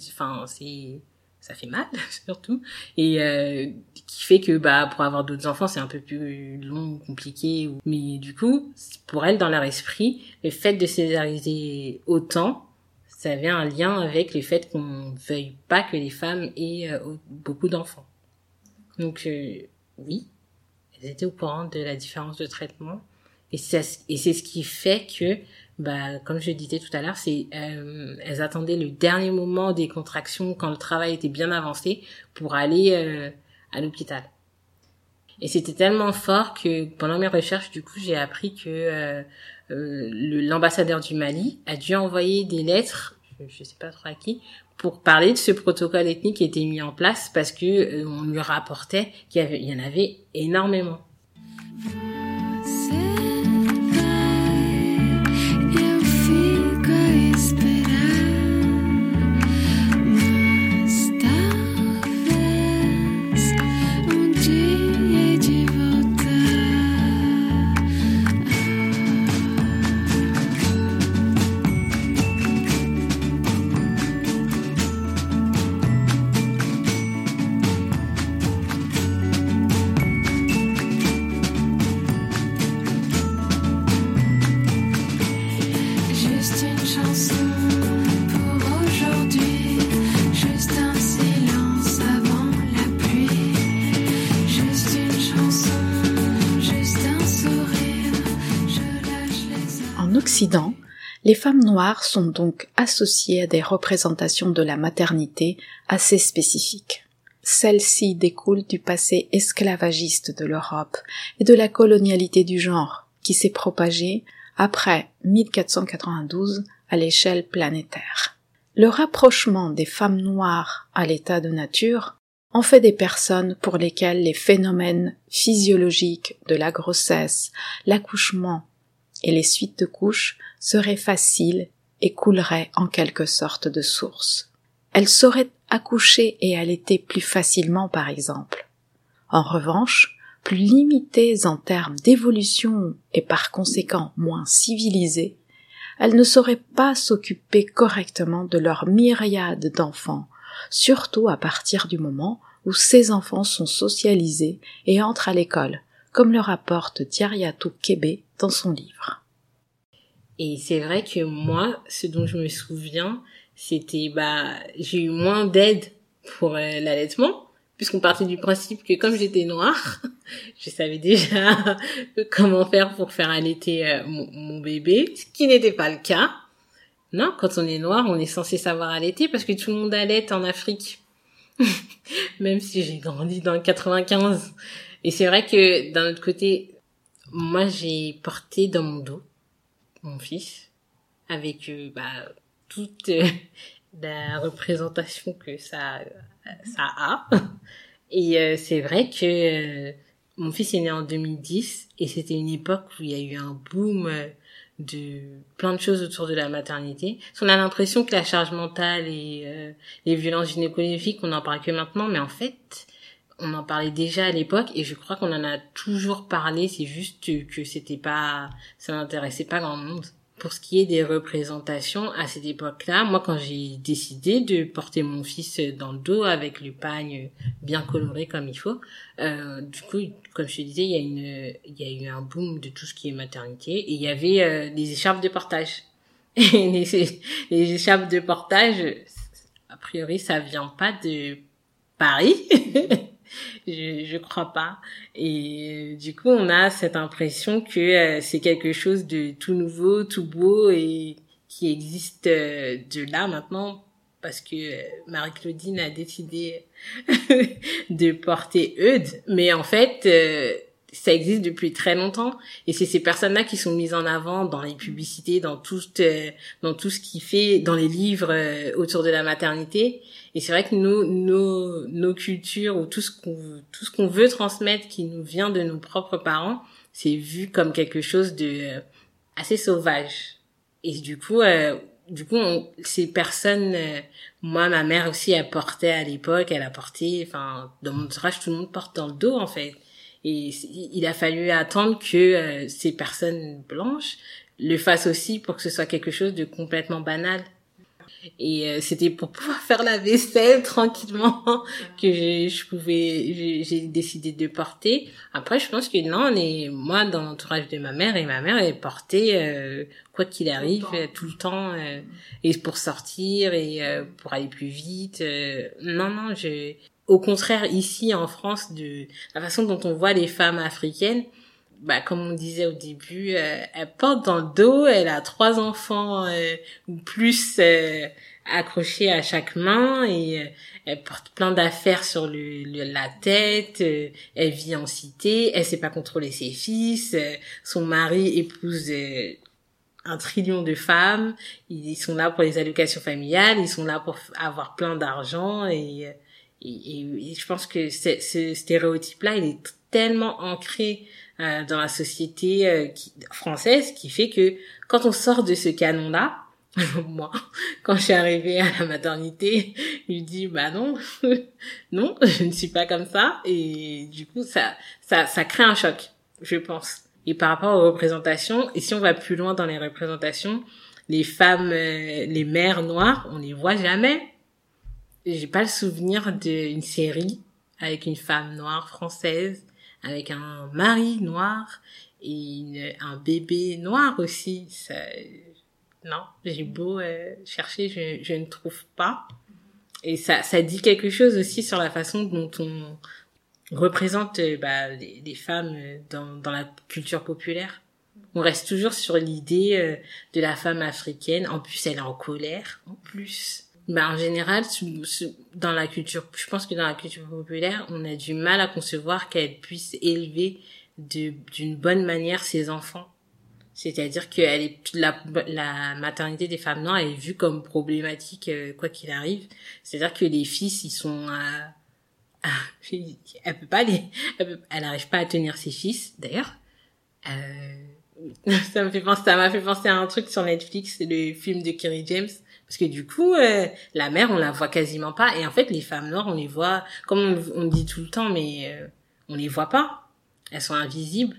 fait mal surtout, et qui fait que pour avoir d'autres enfants c'est un peu plus long, compliqué. Mais du coup, pour elles, dans leur esprit, le fait de césariser autant, ça avait un lien avec le fait qu'on ne veuille pas que les femmes aient beaucoup d'enfants. Donc oui, elles étaient au courant de la différence de traitement. Et c'est ce qui fait que, comme je le disais tout à l'heure, elles attendaient le dernier moment des contractions quand le travail était bien avancé pour aller à l'hôpital. Et c'était tellement fort que pendant mes recherches, du coup, j'ai appris que l'ambassadeur du Mali a dû envoyer des lettres, je sais pas trop à qui, pour parler de ce protocole ethnique qui était mis en place parce que on lui rapportait qu'il y en avait énormément. Occident, les femmes noires sont donc associées à des représentations de la maternité assez spécifiques. Celles-ci découlent du passé esclavagiste de l'Europe et de la colonialité du genre, qui s'est propagée après 1492 à l'échelle planétaire. Le rapprochement des femmes noires à l'état de nature en fait des personnes pour lesquelles les phénomènes physiologiques de la grossesse, l'accouchement et les suites de couches seraient faciles et couleraient en quelque sorte de source. Elles sauraient accoucher et allaiter plus facilement, par exemple. En revanche, plus limitées en termes d'évolution et par conséquent moins civilisées, elles ne sauraient pas s'occuper correctement de leur myriade d'enfants, surtout à partir du moment où ces enfants sont socialisés et entrent à l'école, comme le rapporte Diariatou Kébé dans son livre. Et c'est vrai que moi, ce dont je me souviens, c'était, j'ai eu moins d'aide pour l'allaitement, puisqu'on partait du principe que comme j'étais noire, je savais déjà comment faire pour faire allaiter mon bébé, ce qui n'était pas le cas. Non, quand on est noir, on est censé savoir allaiter parce que tout le monde allaite en Afrique. Même si j'ai grandi dans le 95. Et c'est vrai que d'un autre côté, moi j'ai porté dans mon dos mon fils avec toute la représentation que ça a. Et c'est vrai que mon fils est né en 2010 et c'était une époque où il y a eu un boom de plein de choses autour de la maternité. On a l'impression que la charge mentale et les violences gynécologiques, on en parle que maintenant, mais en fait, on en parlait déjà à l'époque et je crois qu'on en a toujours parlé, c'est juste que ça n'intéressait pas grand monde. Pour ce qui est des représentations à cette époque-là, moi quand j'ai décidé de porter mon fils dans le dos avec le pagne bien coloré comme il faut, du coup, comme je te disais, il y a eu un boom de tout ce qui est maternité et il y avait les écharpes de portage. Et les écharpes de portage, a priori, ça vient pas de Paris. Je crois pas. Et du coup, on a cette impression que c'est quelque chose de tout nouveau, tout beau et qui existe de là maintenant parce que Marie-Claudine a décidé de porter Eudes. Mais en fait, ça existe depuis très longtemps et c'est ces personnes-là qui sont mises en avant dans les publicités, dans tout ce qui fait, dans les livres autour de la maternité. Et c'est vrai que nos cultures ou tout ce qu'on veut transmettre qui nous vient de nos propres parents, c'est vu comme quelque chose de assez sauvage. Et du coup, ces personnes, moi, ma mère aussi, elle portait à l'époque, dans mon entourage, tout le monde porte dans le dos, en fait. Et il a fallu attendre que ces personnes blanches le fassent aussi pour que ce soit quelque chose de complètement banal. Et c'était pour pouvoir faire la vaisselle tranquillement que j'ai décidé de porter. Après, je pense que non, moi, dans l'entourage de ma mère, et ma mère est portée, quoi qu'il arrive, tout le temps, et pour sortir, et pour aller plus vite. Non, au contraire, ici, en France, de la façon dont on voit les femmes africaines, comme on disait au début, elle porte dans le dos, elle a 3 enfants ou plus accrochés à chaque main et elle porte plein d'affaires sur la tête, elle vit en cité, elle sait pas contrôler ses fils, son mari épouse 1 trillion de femmes, ils sont là pour les allocations familiales, ils sont là pour avoir plein d'argent et je pense que ce stéréotype-là, il est tellement ancré dans la société française qui fait que quand on sort de ce canon-là, moi, quand je suis arrivée à la maternité, je dis non, non, je ne suis pas comme ça et du coup ça crée un choc, je pense. Et par rapport aux représentations, et si on va plus loin dans les représentations, les femmes, les mères noires, on les voit jamais. J'ai pas le souvenir d'une série avec une femme noire française, avec un mari noir et un bébé noir aussi. Non, j'ai beau chercher, je ne trouve pas. Et ça dit quelque chose aussi sur la façon dont on représente les femmes dans la culture populaire. On reste toujours sur l'idée de la femme africaine. En plus, elle est en colère. En plus. En général, dans la culture, je pense que dans la culture populaire, on a du mal à concevoir qu'elle puisse élever d'une bonne manière ses enfants. C'est-à-dire que la maternité des femmes noires est vue comme problématique, quoi qu'il arrive. C'est-à-dire que les fils, ils sont, elle n'arrive pas à tenir ses fils, d'ailleurs. Ça m'a fait penser à un truc sur Netflix, le film de Kerry James. Parce que du coup, la mère, on la voit quasiment pas. Et en fait, les femmes noires, on les voit, comme on dit tout le temps, mais on les voit pas. Elles sont invisibles.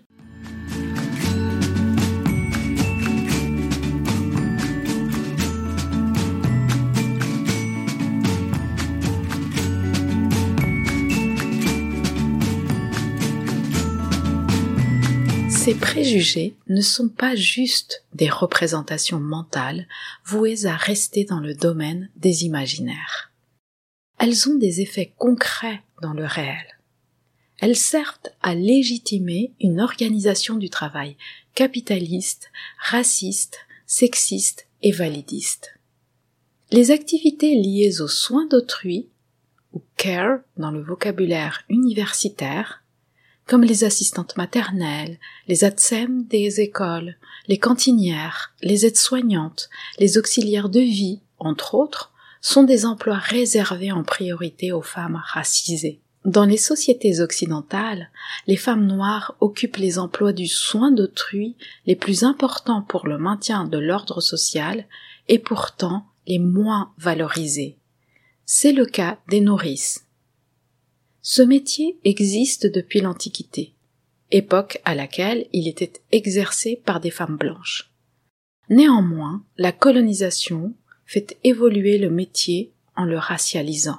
Ces préjugés ne sont pas juste des représentations mentales vouées à rester dans le domaine des imaginaires. Elles ont des effets concrets dans le réel. Elles servent à légitimer une organisation du travail capitaliste, raciste, sexiste et validiste. Les activités liées aux soins d'autrui, ou care dans le vocabulaire universitaire, comme les assistantes maternelles, les ATSEM des écoles, les cantinières, les aides-soignantes, les auxiliaires de vie, entre autres, sont des emplois réservés en priorité aux femmes racisées. Dans les sociétés occidentales, les femmes noires occupent les emplois du soin d'autrui les plus importants pour le maintien de l'ordre social et pourtant les moins valorisés. C'est le cas des nourrices. Ce métier existe depuis l'Antiquité, époque à laquelle il était exercé par des femmes blanches. Néanmoins, la colonisation fait évoluer le métier en le racialisant.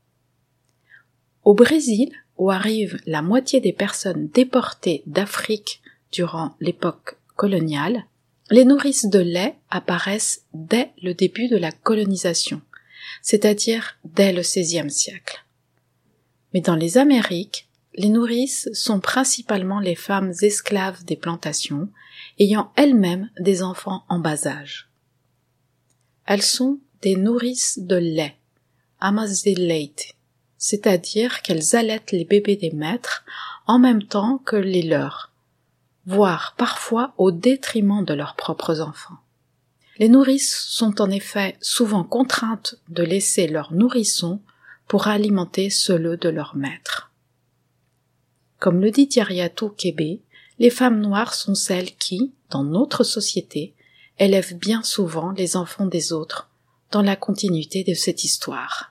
Au Brésil, où arrive la moitié des personnes déportées d'Afrique durant l'époque coloniale, les nourrices de lait apparaissent dès le début de la colonisation, c'est-à-dire dès le XVIe siècle. Mais dans les Amériques, les nourrices sont principalement les femmes esclaves des plantations, ayant elles-mêmes des enfants en bas âge. Elles sont des nourrices de lait, amas de leite, c'est-à-dire qu'elles allaitent les bébés des maîtres en même temps que les leurs, voire parfois au détriment de leurs propres enfants. Les nourrices sont en effet souvent contraintes de laisser leurs nourrissons pour alimenter ceux de leurs maîtres. Comme le dit Diariatou Kébé, les femmes noires sont celles qui, dans notre société, élèvent bien souvent les enfants des autres, dans la continuité de cette histoire.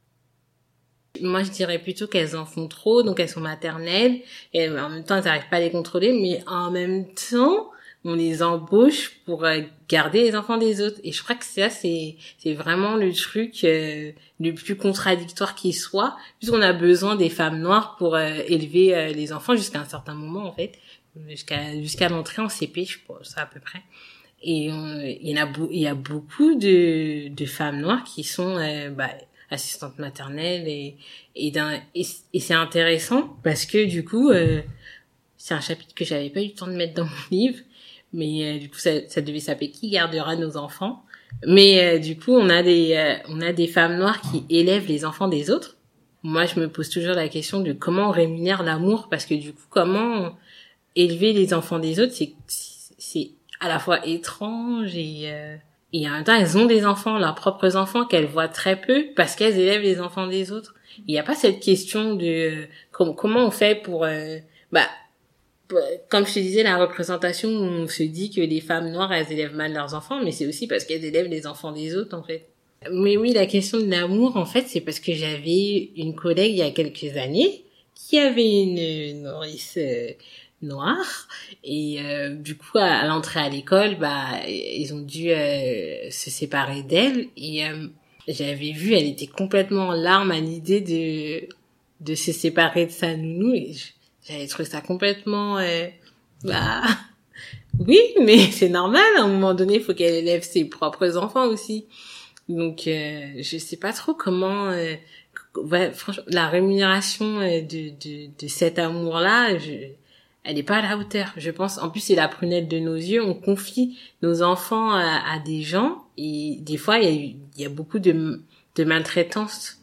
Moi, je dirais plutôt qu'elles en font trop, donc elles sont maternelles, et en même temps, elles n'arrivent pas à les contrôler, mais en même temps, on les embauche pour garder les enfants des autres. Et je crois que ça, c'est vraiment le truc le plus contradictoire qui soit, puisqu'on a besoin des femmes noires pour élever les enfants jusqu'à un certain moment, en fait, jusqu'à l'entrée en CP, je pense, à peu près. Et il y a beaucoup de femmes noires qui sont assistantes maternelles et c'est intéressant parce que du coup c'est un chapitre que j'avais pas eu le temps de mettre dans mon livre, mais du coup ça devait s'appeler Qui gardera nos enfants, mais du coup on a des femmes noires qui élèvent les enfants des autres. Moi je me pose toujours la question de comment on rémunère l'amour, parce que du coup comment élever les enfants des autres, c'est à la fois étrange et en même temps, elles ont des enfants, leurs propres enfants, qu'elles voient très peu parce qu'elles élèvent les enfants des autres. Il n'y a pas cette question de comment on fait pour comme je te disais, la représentation où on se dit que les femmes noires, elles élèvent mal leurs enfants, mais c'est aussi parce qu'elles élèvent les enfants des autres, en fait. Mais oui, la question de l'amour, en fait, c'est parce que j'avais une collègue il y a quelques années qui avait une nourrice noire, et du coup à l'entrée à l'école ils ont dû se séparer d'elle, et j'avais vu, elle était complètement en larmes à l'idée de se séparer de sa nounou, et j'avais trouvé ça complètement oui, mais c'est normal, à un moment donné il faut qu'elle élève ses propres enfants aussi. Donc je sais pas trop comment franchement la rémunération de cet amour là, elle est pas à la hauteur, je pense. En plus, c'est la prunelle de nos yeux. On confie nos enfants à des gens et des fois, il y a beaucoup de maltraitance.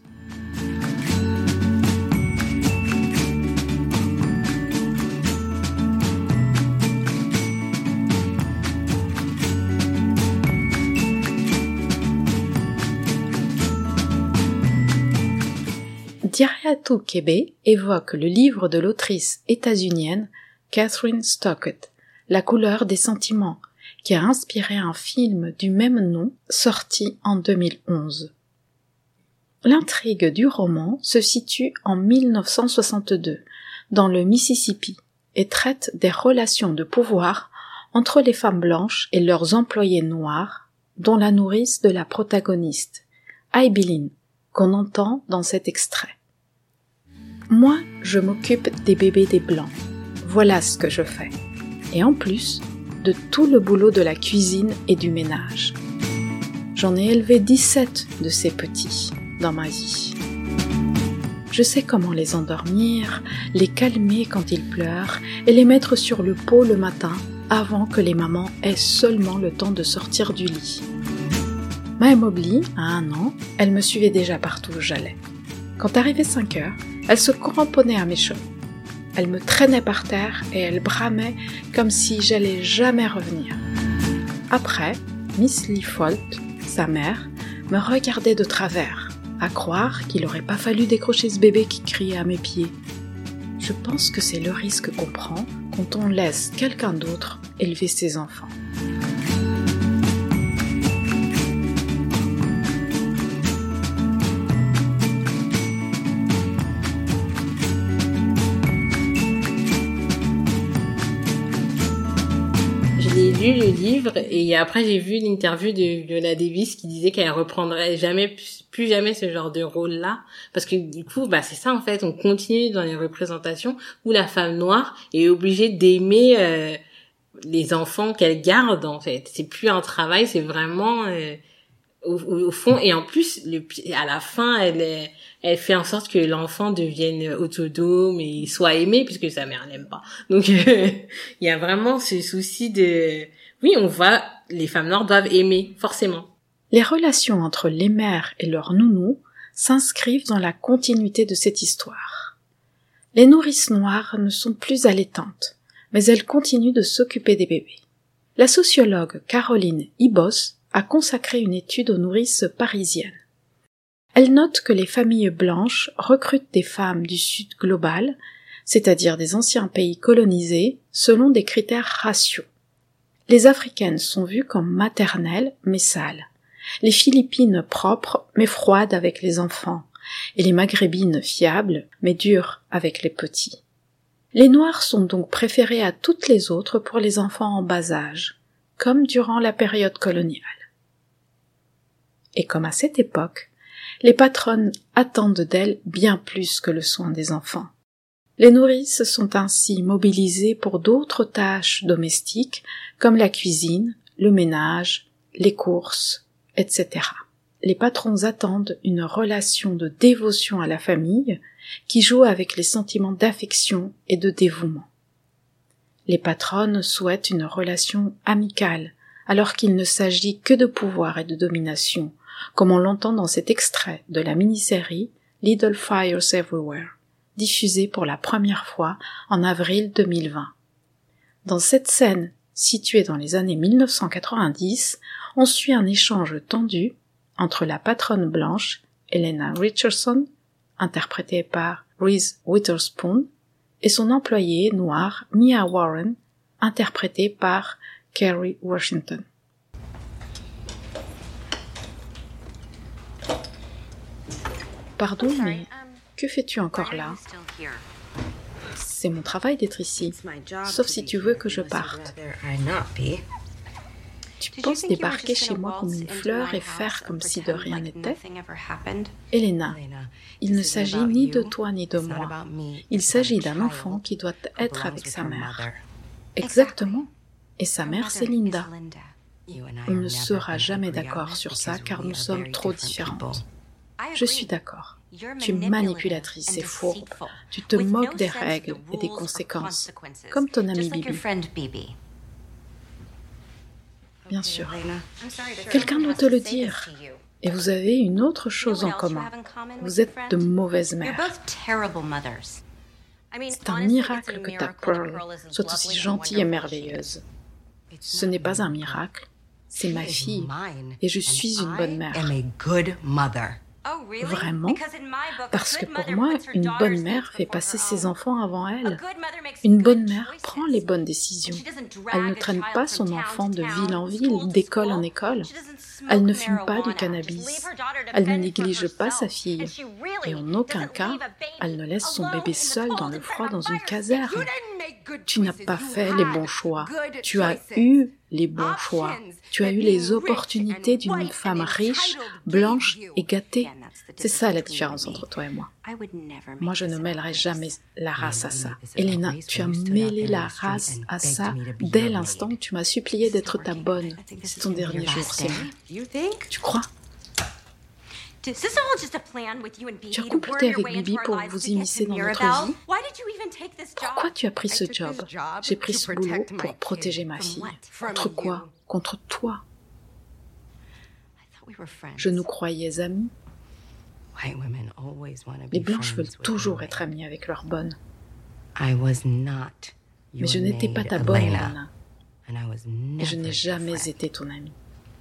Dirayatou Kebe évoque le livre de l'autrice états-unienne Kathryn Stockett, La couleur des sentiments, qui a inspiré un film du même nom sorti en 2011. L'intrigue du roman se situe en 1962 dans le Mississippi et traite des relations de pouvoir entre les femmes blanches et leurs employés noirs, dont la nourrice de la protagoniste, Abilene, qu'on entend dans cet extrait. Moi, je m'occupe des bébés des Blancs. Voilà ce que je fais. Et en plus, de tout le boulot de la cuisine et du ménage. J'en ai élevé 17 de ces petits dans ma vie. Je sais comment les endormir, les calmer quand ils pleurent et les mettre sur le pot le matin avant que les mamans aient seulement le temps de sortir du lit. Maya Mobley, à 1 an, elle me suivait déjà partout où j'allais. Quand arrivait 5 heures, elle se cramponnait à mes cheveux. Elle me traînait par terre et elle bramait comme si j'allais jamais revenir. Après, Miss Leafold, sa mère, me regardait de travers, à croire qu'il n'aurait pas fallu décrocher ce bébé qui criait à mes pieds. Je pense que c'est le risque qu'on prend quand on laisse quelqu'un d'autre élever ses enfants. J'ai lu le livre et après j'ai vu l'interview de Viola Davis qui disait qu'elle reprendrait plus jamais ce genre de rôle-là parce que du coup c'est ça en fait, on continue dans les représentations où la femme noire est obligée d'aimer les enfants qu'elle garde en fait. C'est plus un travail, c'est vraiment au fond, et en plus à la fin elle fait en sorte que l'enfant devienne autonome et soit aimé puisque sa mère l'aime pas. Donc il y a vraiment ce souci de les femmes noires doivent aimer forcément. Les relations entre les mères et leurs nounous s'inscrivent dans la continuité de cette histoire. Les nourrices noires ne sont plus allaitantes, mais elles continuent de s'occuper des bébés. La sociologue Caroline Ibos a consacré une étude aux nourrices parisiennes. Elle note que les familles blanches recrutent des femmes du Sud global, c'est-à-dire des anciens pays colonisés, selon des critères raciaux. Les Africaines sont vues comme maternelles mais sales, les Philippines propres mais froides avec les enfants, et les Maghrébines fiables mais dures avec les petits. Les Noirs sont donc préférés à toutes les autres pour les enfants en bas âge, comme durant la période coloniale. Et comme à cette époque, les patronnes attendent d'elles bien plus que le soin des enfants. Les nourrices sont ainsi mobilisées pour d'autres tâches domestiques comme la cuisine, le ménage, les courses, etc. Les patrons attendent une relation de dévotion à la famille qui joue avec les sentiments d'affection et de dévouement. Les patronnes souhaitent une relation amicale alors qu'il ne s'agit que de pouvoir et de domination, comme on l'entend dans cet extrait de la mini-série Little Fires Everywhere, diffusée pour la première fois en avril 2020. Dans cette scène, située dans les années 1990, on suit un échange tendu entre la patronne blanche, Elena Richardson, interprétée par Reese Witherspoon, et son employée noire, Mia Warren, interprétée par Kerry Washington. Pardon, mais que fais-tu encore là? C'est mon travail d'être ici, sauf si tu veux que je parte. Tu penses débarquer chez moi comme une fleur et faire comme si de rien n'était? Elena, il ne s'agit ni de toi ni de moi. Il s'agit d'un enfant qui doit être avec sa mère. Exactement. Et sa mère, c'est Linda. On ne sera jamais d'accord sur ça car nous sommes trop différentes. Je suis d'accord. Tu es manipulatrice, c'est fourbe. Tu te moques des règles et des conséquences, comme ton ami Bibi. Bien sûr. Quelqu'un doit te le dire. Et vous avez une autre chose en commun. Vous êtes de mauvaises mères. C'est un miracle que ta Pearl soit aussi gentille et merveilleuse. Ce n'est pas un miracle, c'est ma fille. Et je suis une bonne mère. Vraiment? Parce que pour moi, une bonne mère fait passer ses enfants avant elle. Une bonne mère prend les bonnes décisions. Elle ne traîne pas son enfant de ville en ville, d'école en école. Elle ne fume pas du cannabis. Elle ne néglige pas sa fille. Et en aucun cas, elle ne laisse son bébé seul dans le froid dans une caserne. Tu n'as pas fait les bons choix. Tu as eu les bons choix. Tu as eu les opportunités d'une femme riche, blanche et gâtée. C'est ça la différence entre toi et moi. Moi, je ne mêlerai jamais la race à ça. Elena, tu as mêlé la race à ça dès l'instant où tu m'as supplié d'être ta bonne. C'est ton dernier jour, c'est vrai. Tu crois? Tu as comploté avec Bibi pour vous immiscer dans notre vie? Pourquoi tu as pris ce job? J'ai pris ce boulot pour protéger ma fille. Contre quoi? Contre toi. Je nous croyais amis. Les blanches veulent toujours être amies avec leurs bonnes. Mais je n'étais pas ta bonne, Elena. Et je n'ai jamais été ton amie.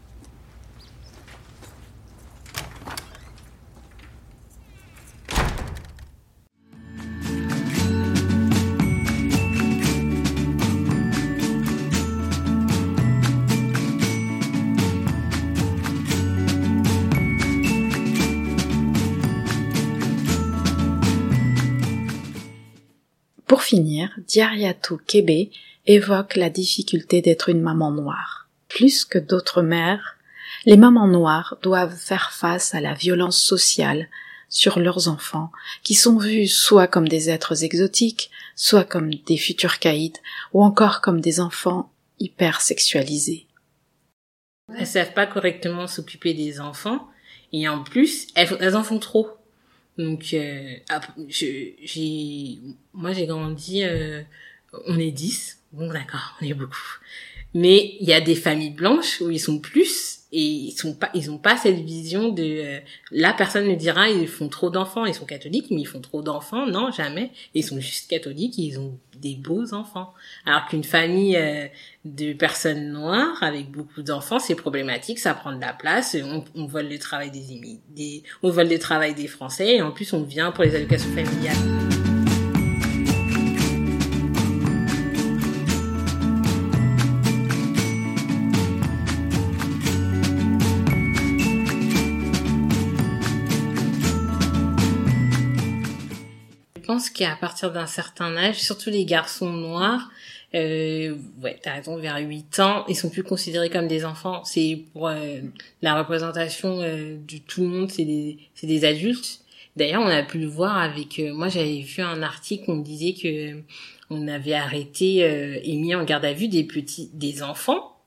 Pour finir, Diariatou Kébé évoque la difficulté d'être une maman noire. Plus que d'autres mères, les mamans noires doivent faire face à la violence sociale sur leurs enfants, qui sont vus soit comme des êtres exotiques, soit comme des futurs caïds, ou encore comme des enfants hyper sexualisés. Elles savent pas correctement s'occuper des enfants, et en plus, elles en font trop. Donc, moi j'ai grandi, on est 10, bon d'accord, on est beaucoup. Mais il y a des familles blanches où ils sont plus, et ils ont pas cette vision de, la personne me dira, ils font trop d'enfants, ils sont catholiques, mais ils font trop d'enfants, non, jamais. Ils sont juste catholiques, ils ont des beaux enfants. Alors qu'une famille de personnes noires avec beaucoup d'enfants, c'est problématique, ça prend de la place, on vole le travail on vole le travail des Français, et en plus on vient pour les allocations familiales. Je pense qu'à partir d'un certain âge, surtout les garçons noirs, t'as raison, vers 8 ans, ils sont plus considérés comme des enfants. C'est pour la représentation de tout le monde, c'est des adultes. D'ailleurs, on a pu le voir avec moi, j'avais vu un article où on disait que on avait arrêté et mis en garde à vue des enfants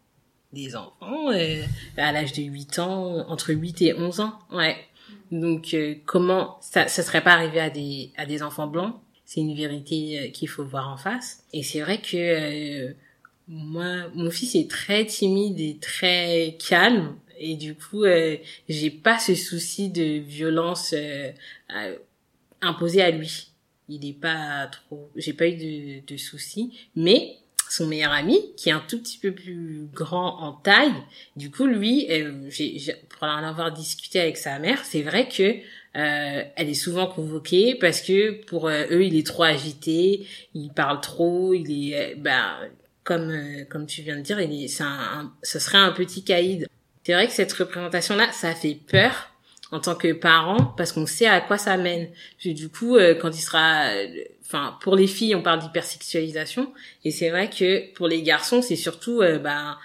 à l'âge de 8 ans, entre 8 et 11 ans. Ouais. Donc comment ça serait pas arrivé à des enfants blancs? C'est une vérité qu'il faut voir en face. Et c'est vrai que moi, mon fils est très timide et très calme, et du coup j'ai pas ce souci de violence imposée à lui. Il est pas trop, j'ai pas eu de soucis, mais son meilleur ami, qui est un tout petit peu plus grand en taille, du coup, lui, pour en avoir discuté avec sa mère, c'est vrai que elle est souvent convoquée parce que pour eux, il est trop agité, il parle trop, il est, comme tu viens de dire, ce serait un petit caïd. C'est vrai que cette représentation-là, ça fait peur en tant que parent, parce qu'on sait à quoi ça mène. Du coup, quand il sera, pour les filles, on parle d'hypersexualisation, et c'est vrai que pour les garçons, c'est surtout les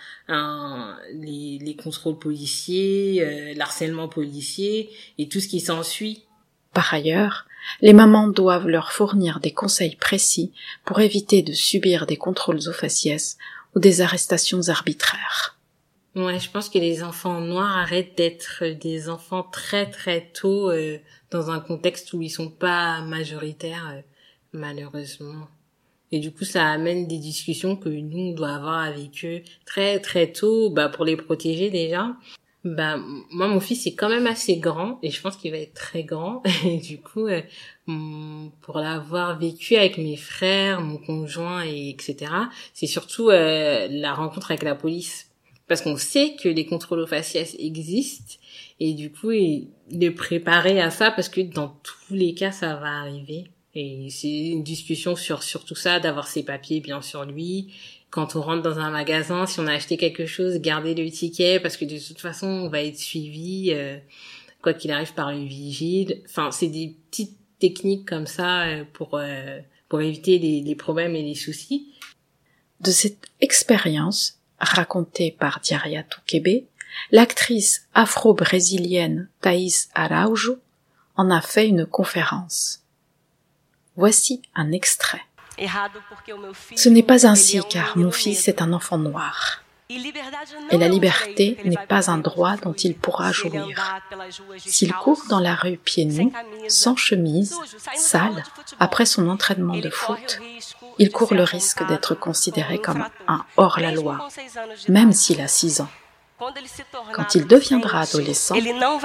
contrôles policiers, l'harcèlement policier et tout ce qui s'ensuit. Par ailleurs, les mamans doivent leur fournir des conseils précis pour éviter de subir des contrôles aux faciès ou des arrestations arbitraires. Ouais, je pense que les enfants noirs arrêtent d'être des enfants très très tôt dans un contexte où ils sont pas majoritaires, malheureusement. Et du coup, ça amène des discussions que nous, on doit avoir avec eux très, très tôt, pour les protéger déjà. Moi, mon fils est quand même assez grand, et je pense qu'il va être très grand. Et du coup, pour l'avoir vécu avec mes frères, mon conjoint, etc., c'est surtout la rencontre avec la police. Parce qu'on sait que les contrôles aux faciès existent, et du coup, il est préparé à ça, parce que dans tous les cas, ça va arriver. Et c'est une discussion sur tout ça, d'avoir ses papiers bien sur lui. Quand on rentre dans un magasin, si on a acheté quelque chose, garder le ticket, parce que de toute façon, on va être suivi, quoi qu'il arrive, par le vigile. Enfin, c'est des petites techniques comme ça pour éviter les problèmes et les soucis. De cette expérience, racontée par Diariatou Kébé, l'actrice afro-brésilienne Thaís Araújo en a fait une conférence. Voici un extrait. Ce n'est pas ainsi car mon fils est un enfant noir. Et la liberté n'est pas un droit dont il pourra jouir. S'il court dans la rue pieds nus, sans chemise, sale, après son entraînement de foot, il court le risque d'être considéré comme un hors-la-loi, même s'il a 6 ans. Quand il deviendra adolescent,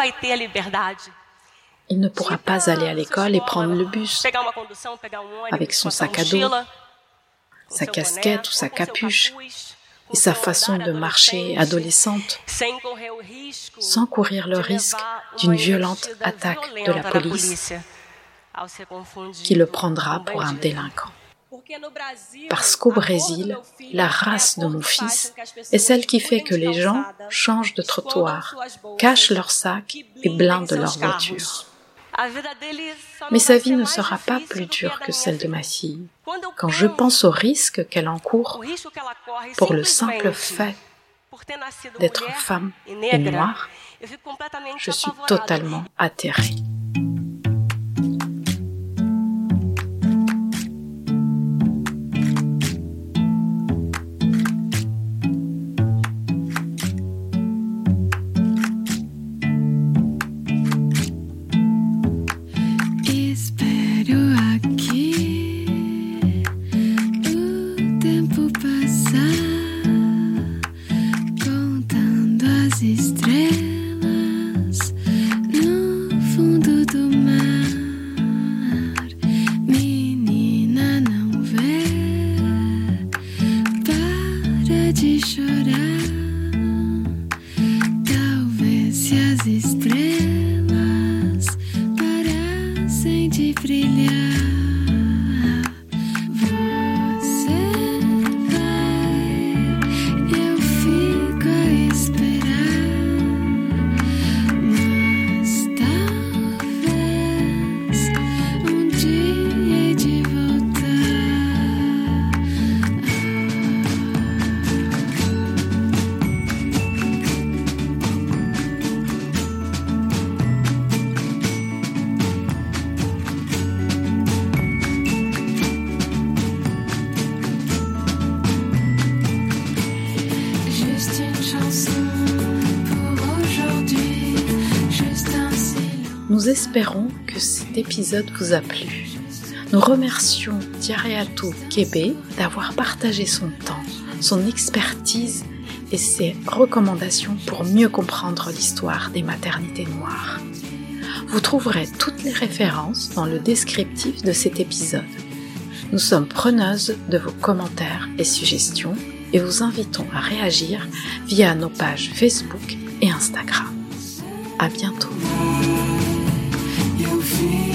il ne pourra pas aller à l'école et prendre le bus avec son sac à dos, sa casquette ou sa capuche et sa façon de marcher adolescente, sans courir le risque d'une violente attaque de la police qui le prendra pour un délinquant. Parce qu'au Brésil, la race de mon fils est celle qui fait que les gens changent de trottoir, cachent leurs sacs et blindent leur voiture. Mais sa vie ne sera pas plus dure que celle de ma fille. Quand je pense au risque qu'elle encourt pour le simple fait d'être femme et noire, je suis totalement atterrée. Nous espérons que cet épisode vous a plu. Nous remercions Diariatou Kébé d'avoir partagé son temps, son expertise et ses recommandations pour mieux comprendre l'histoire des maternités noires. Vous trouverez toutes les références dans le descriptif de cet épisode. Nous sommes preneuses de vos commentaires et suggestions et vous invitons à réagir via nos pages Facebook et Instagram. À bientôt. You feel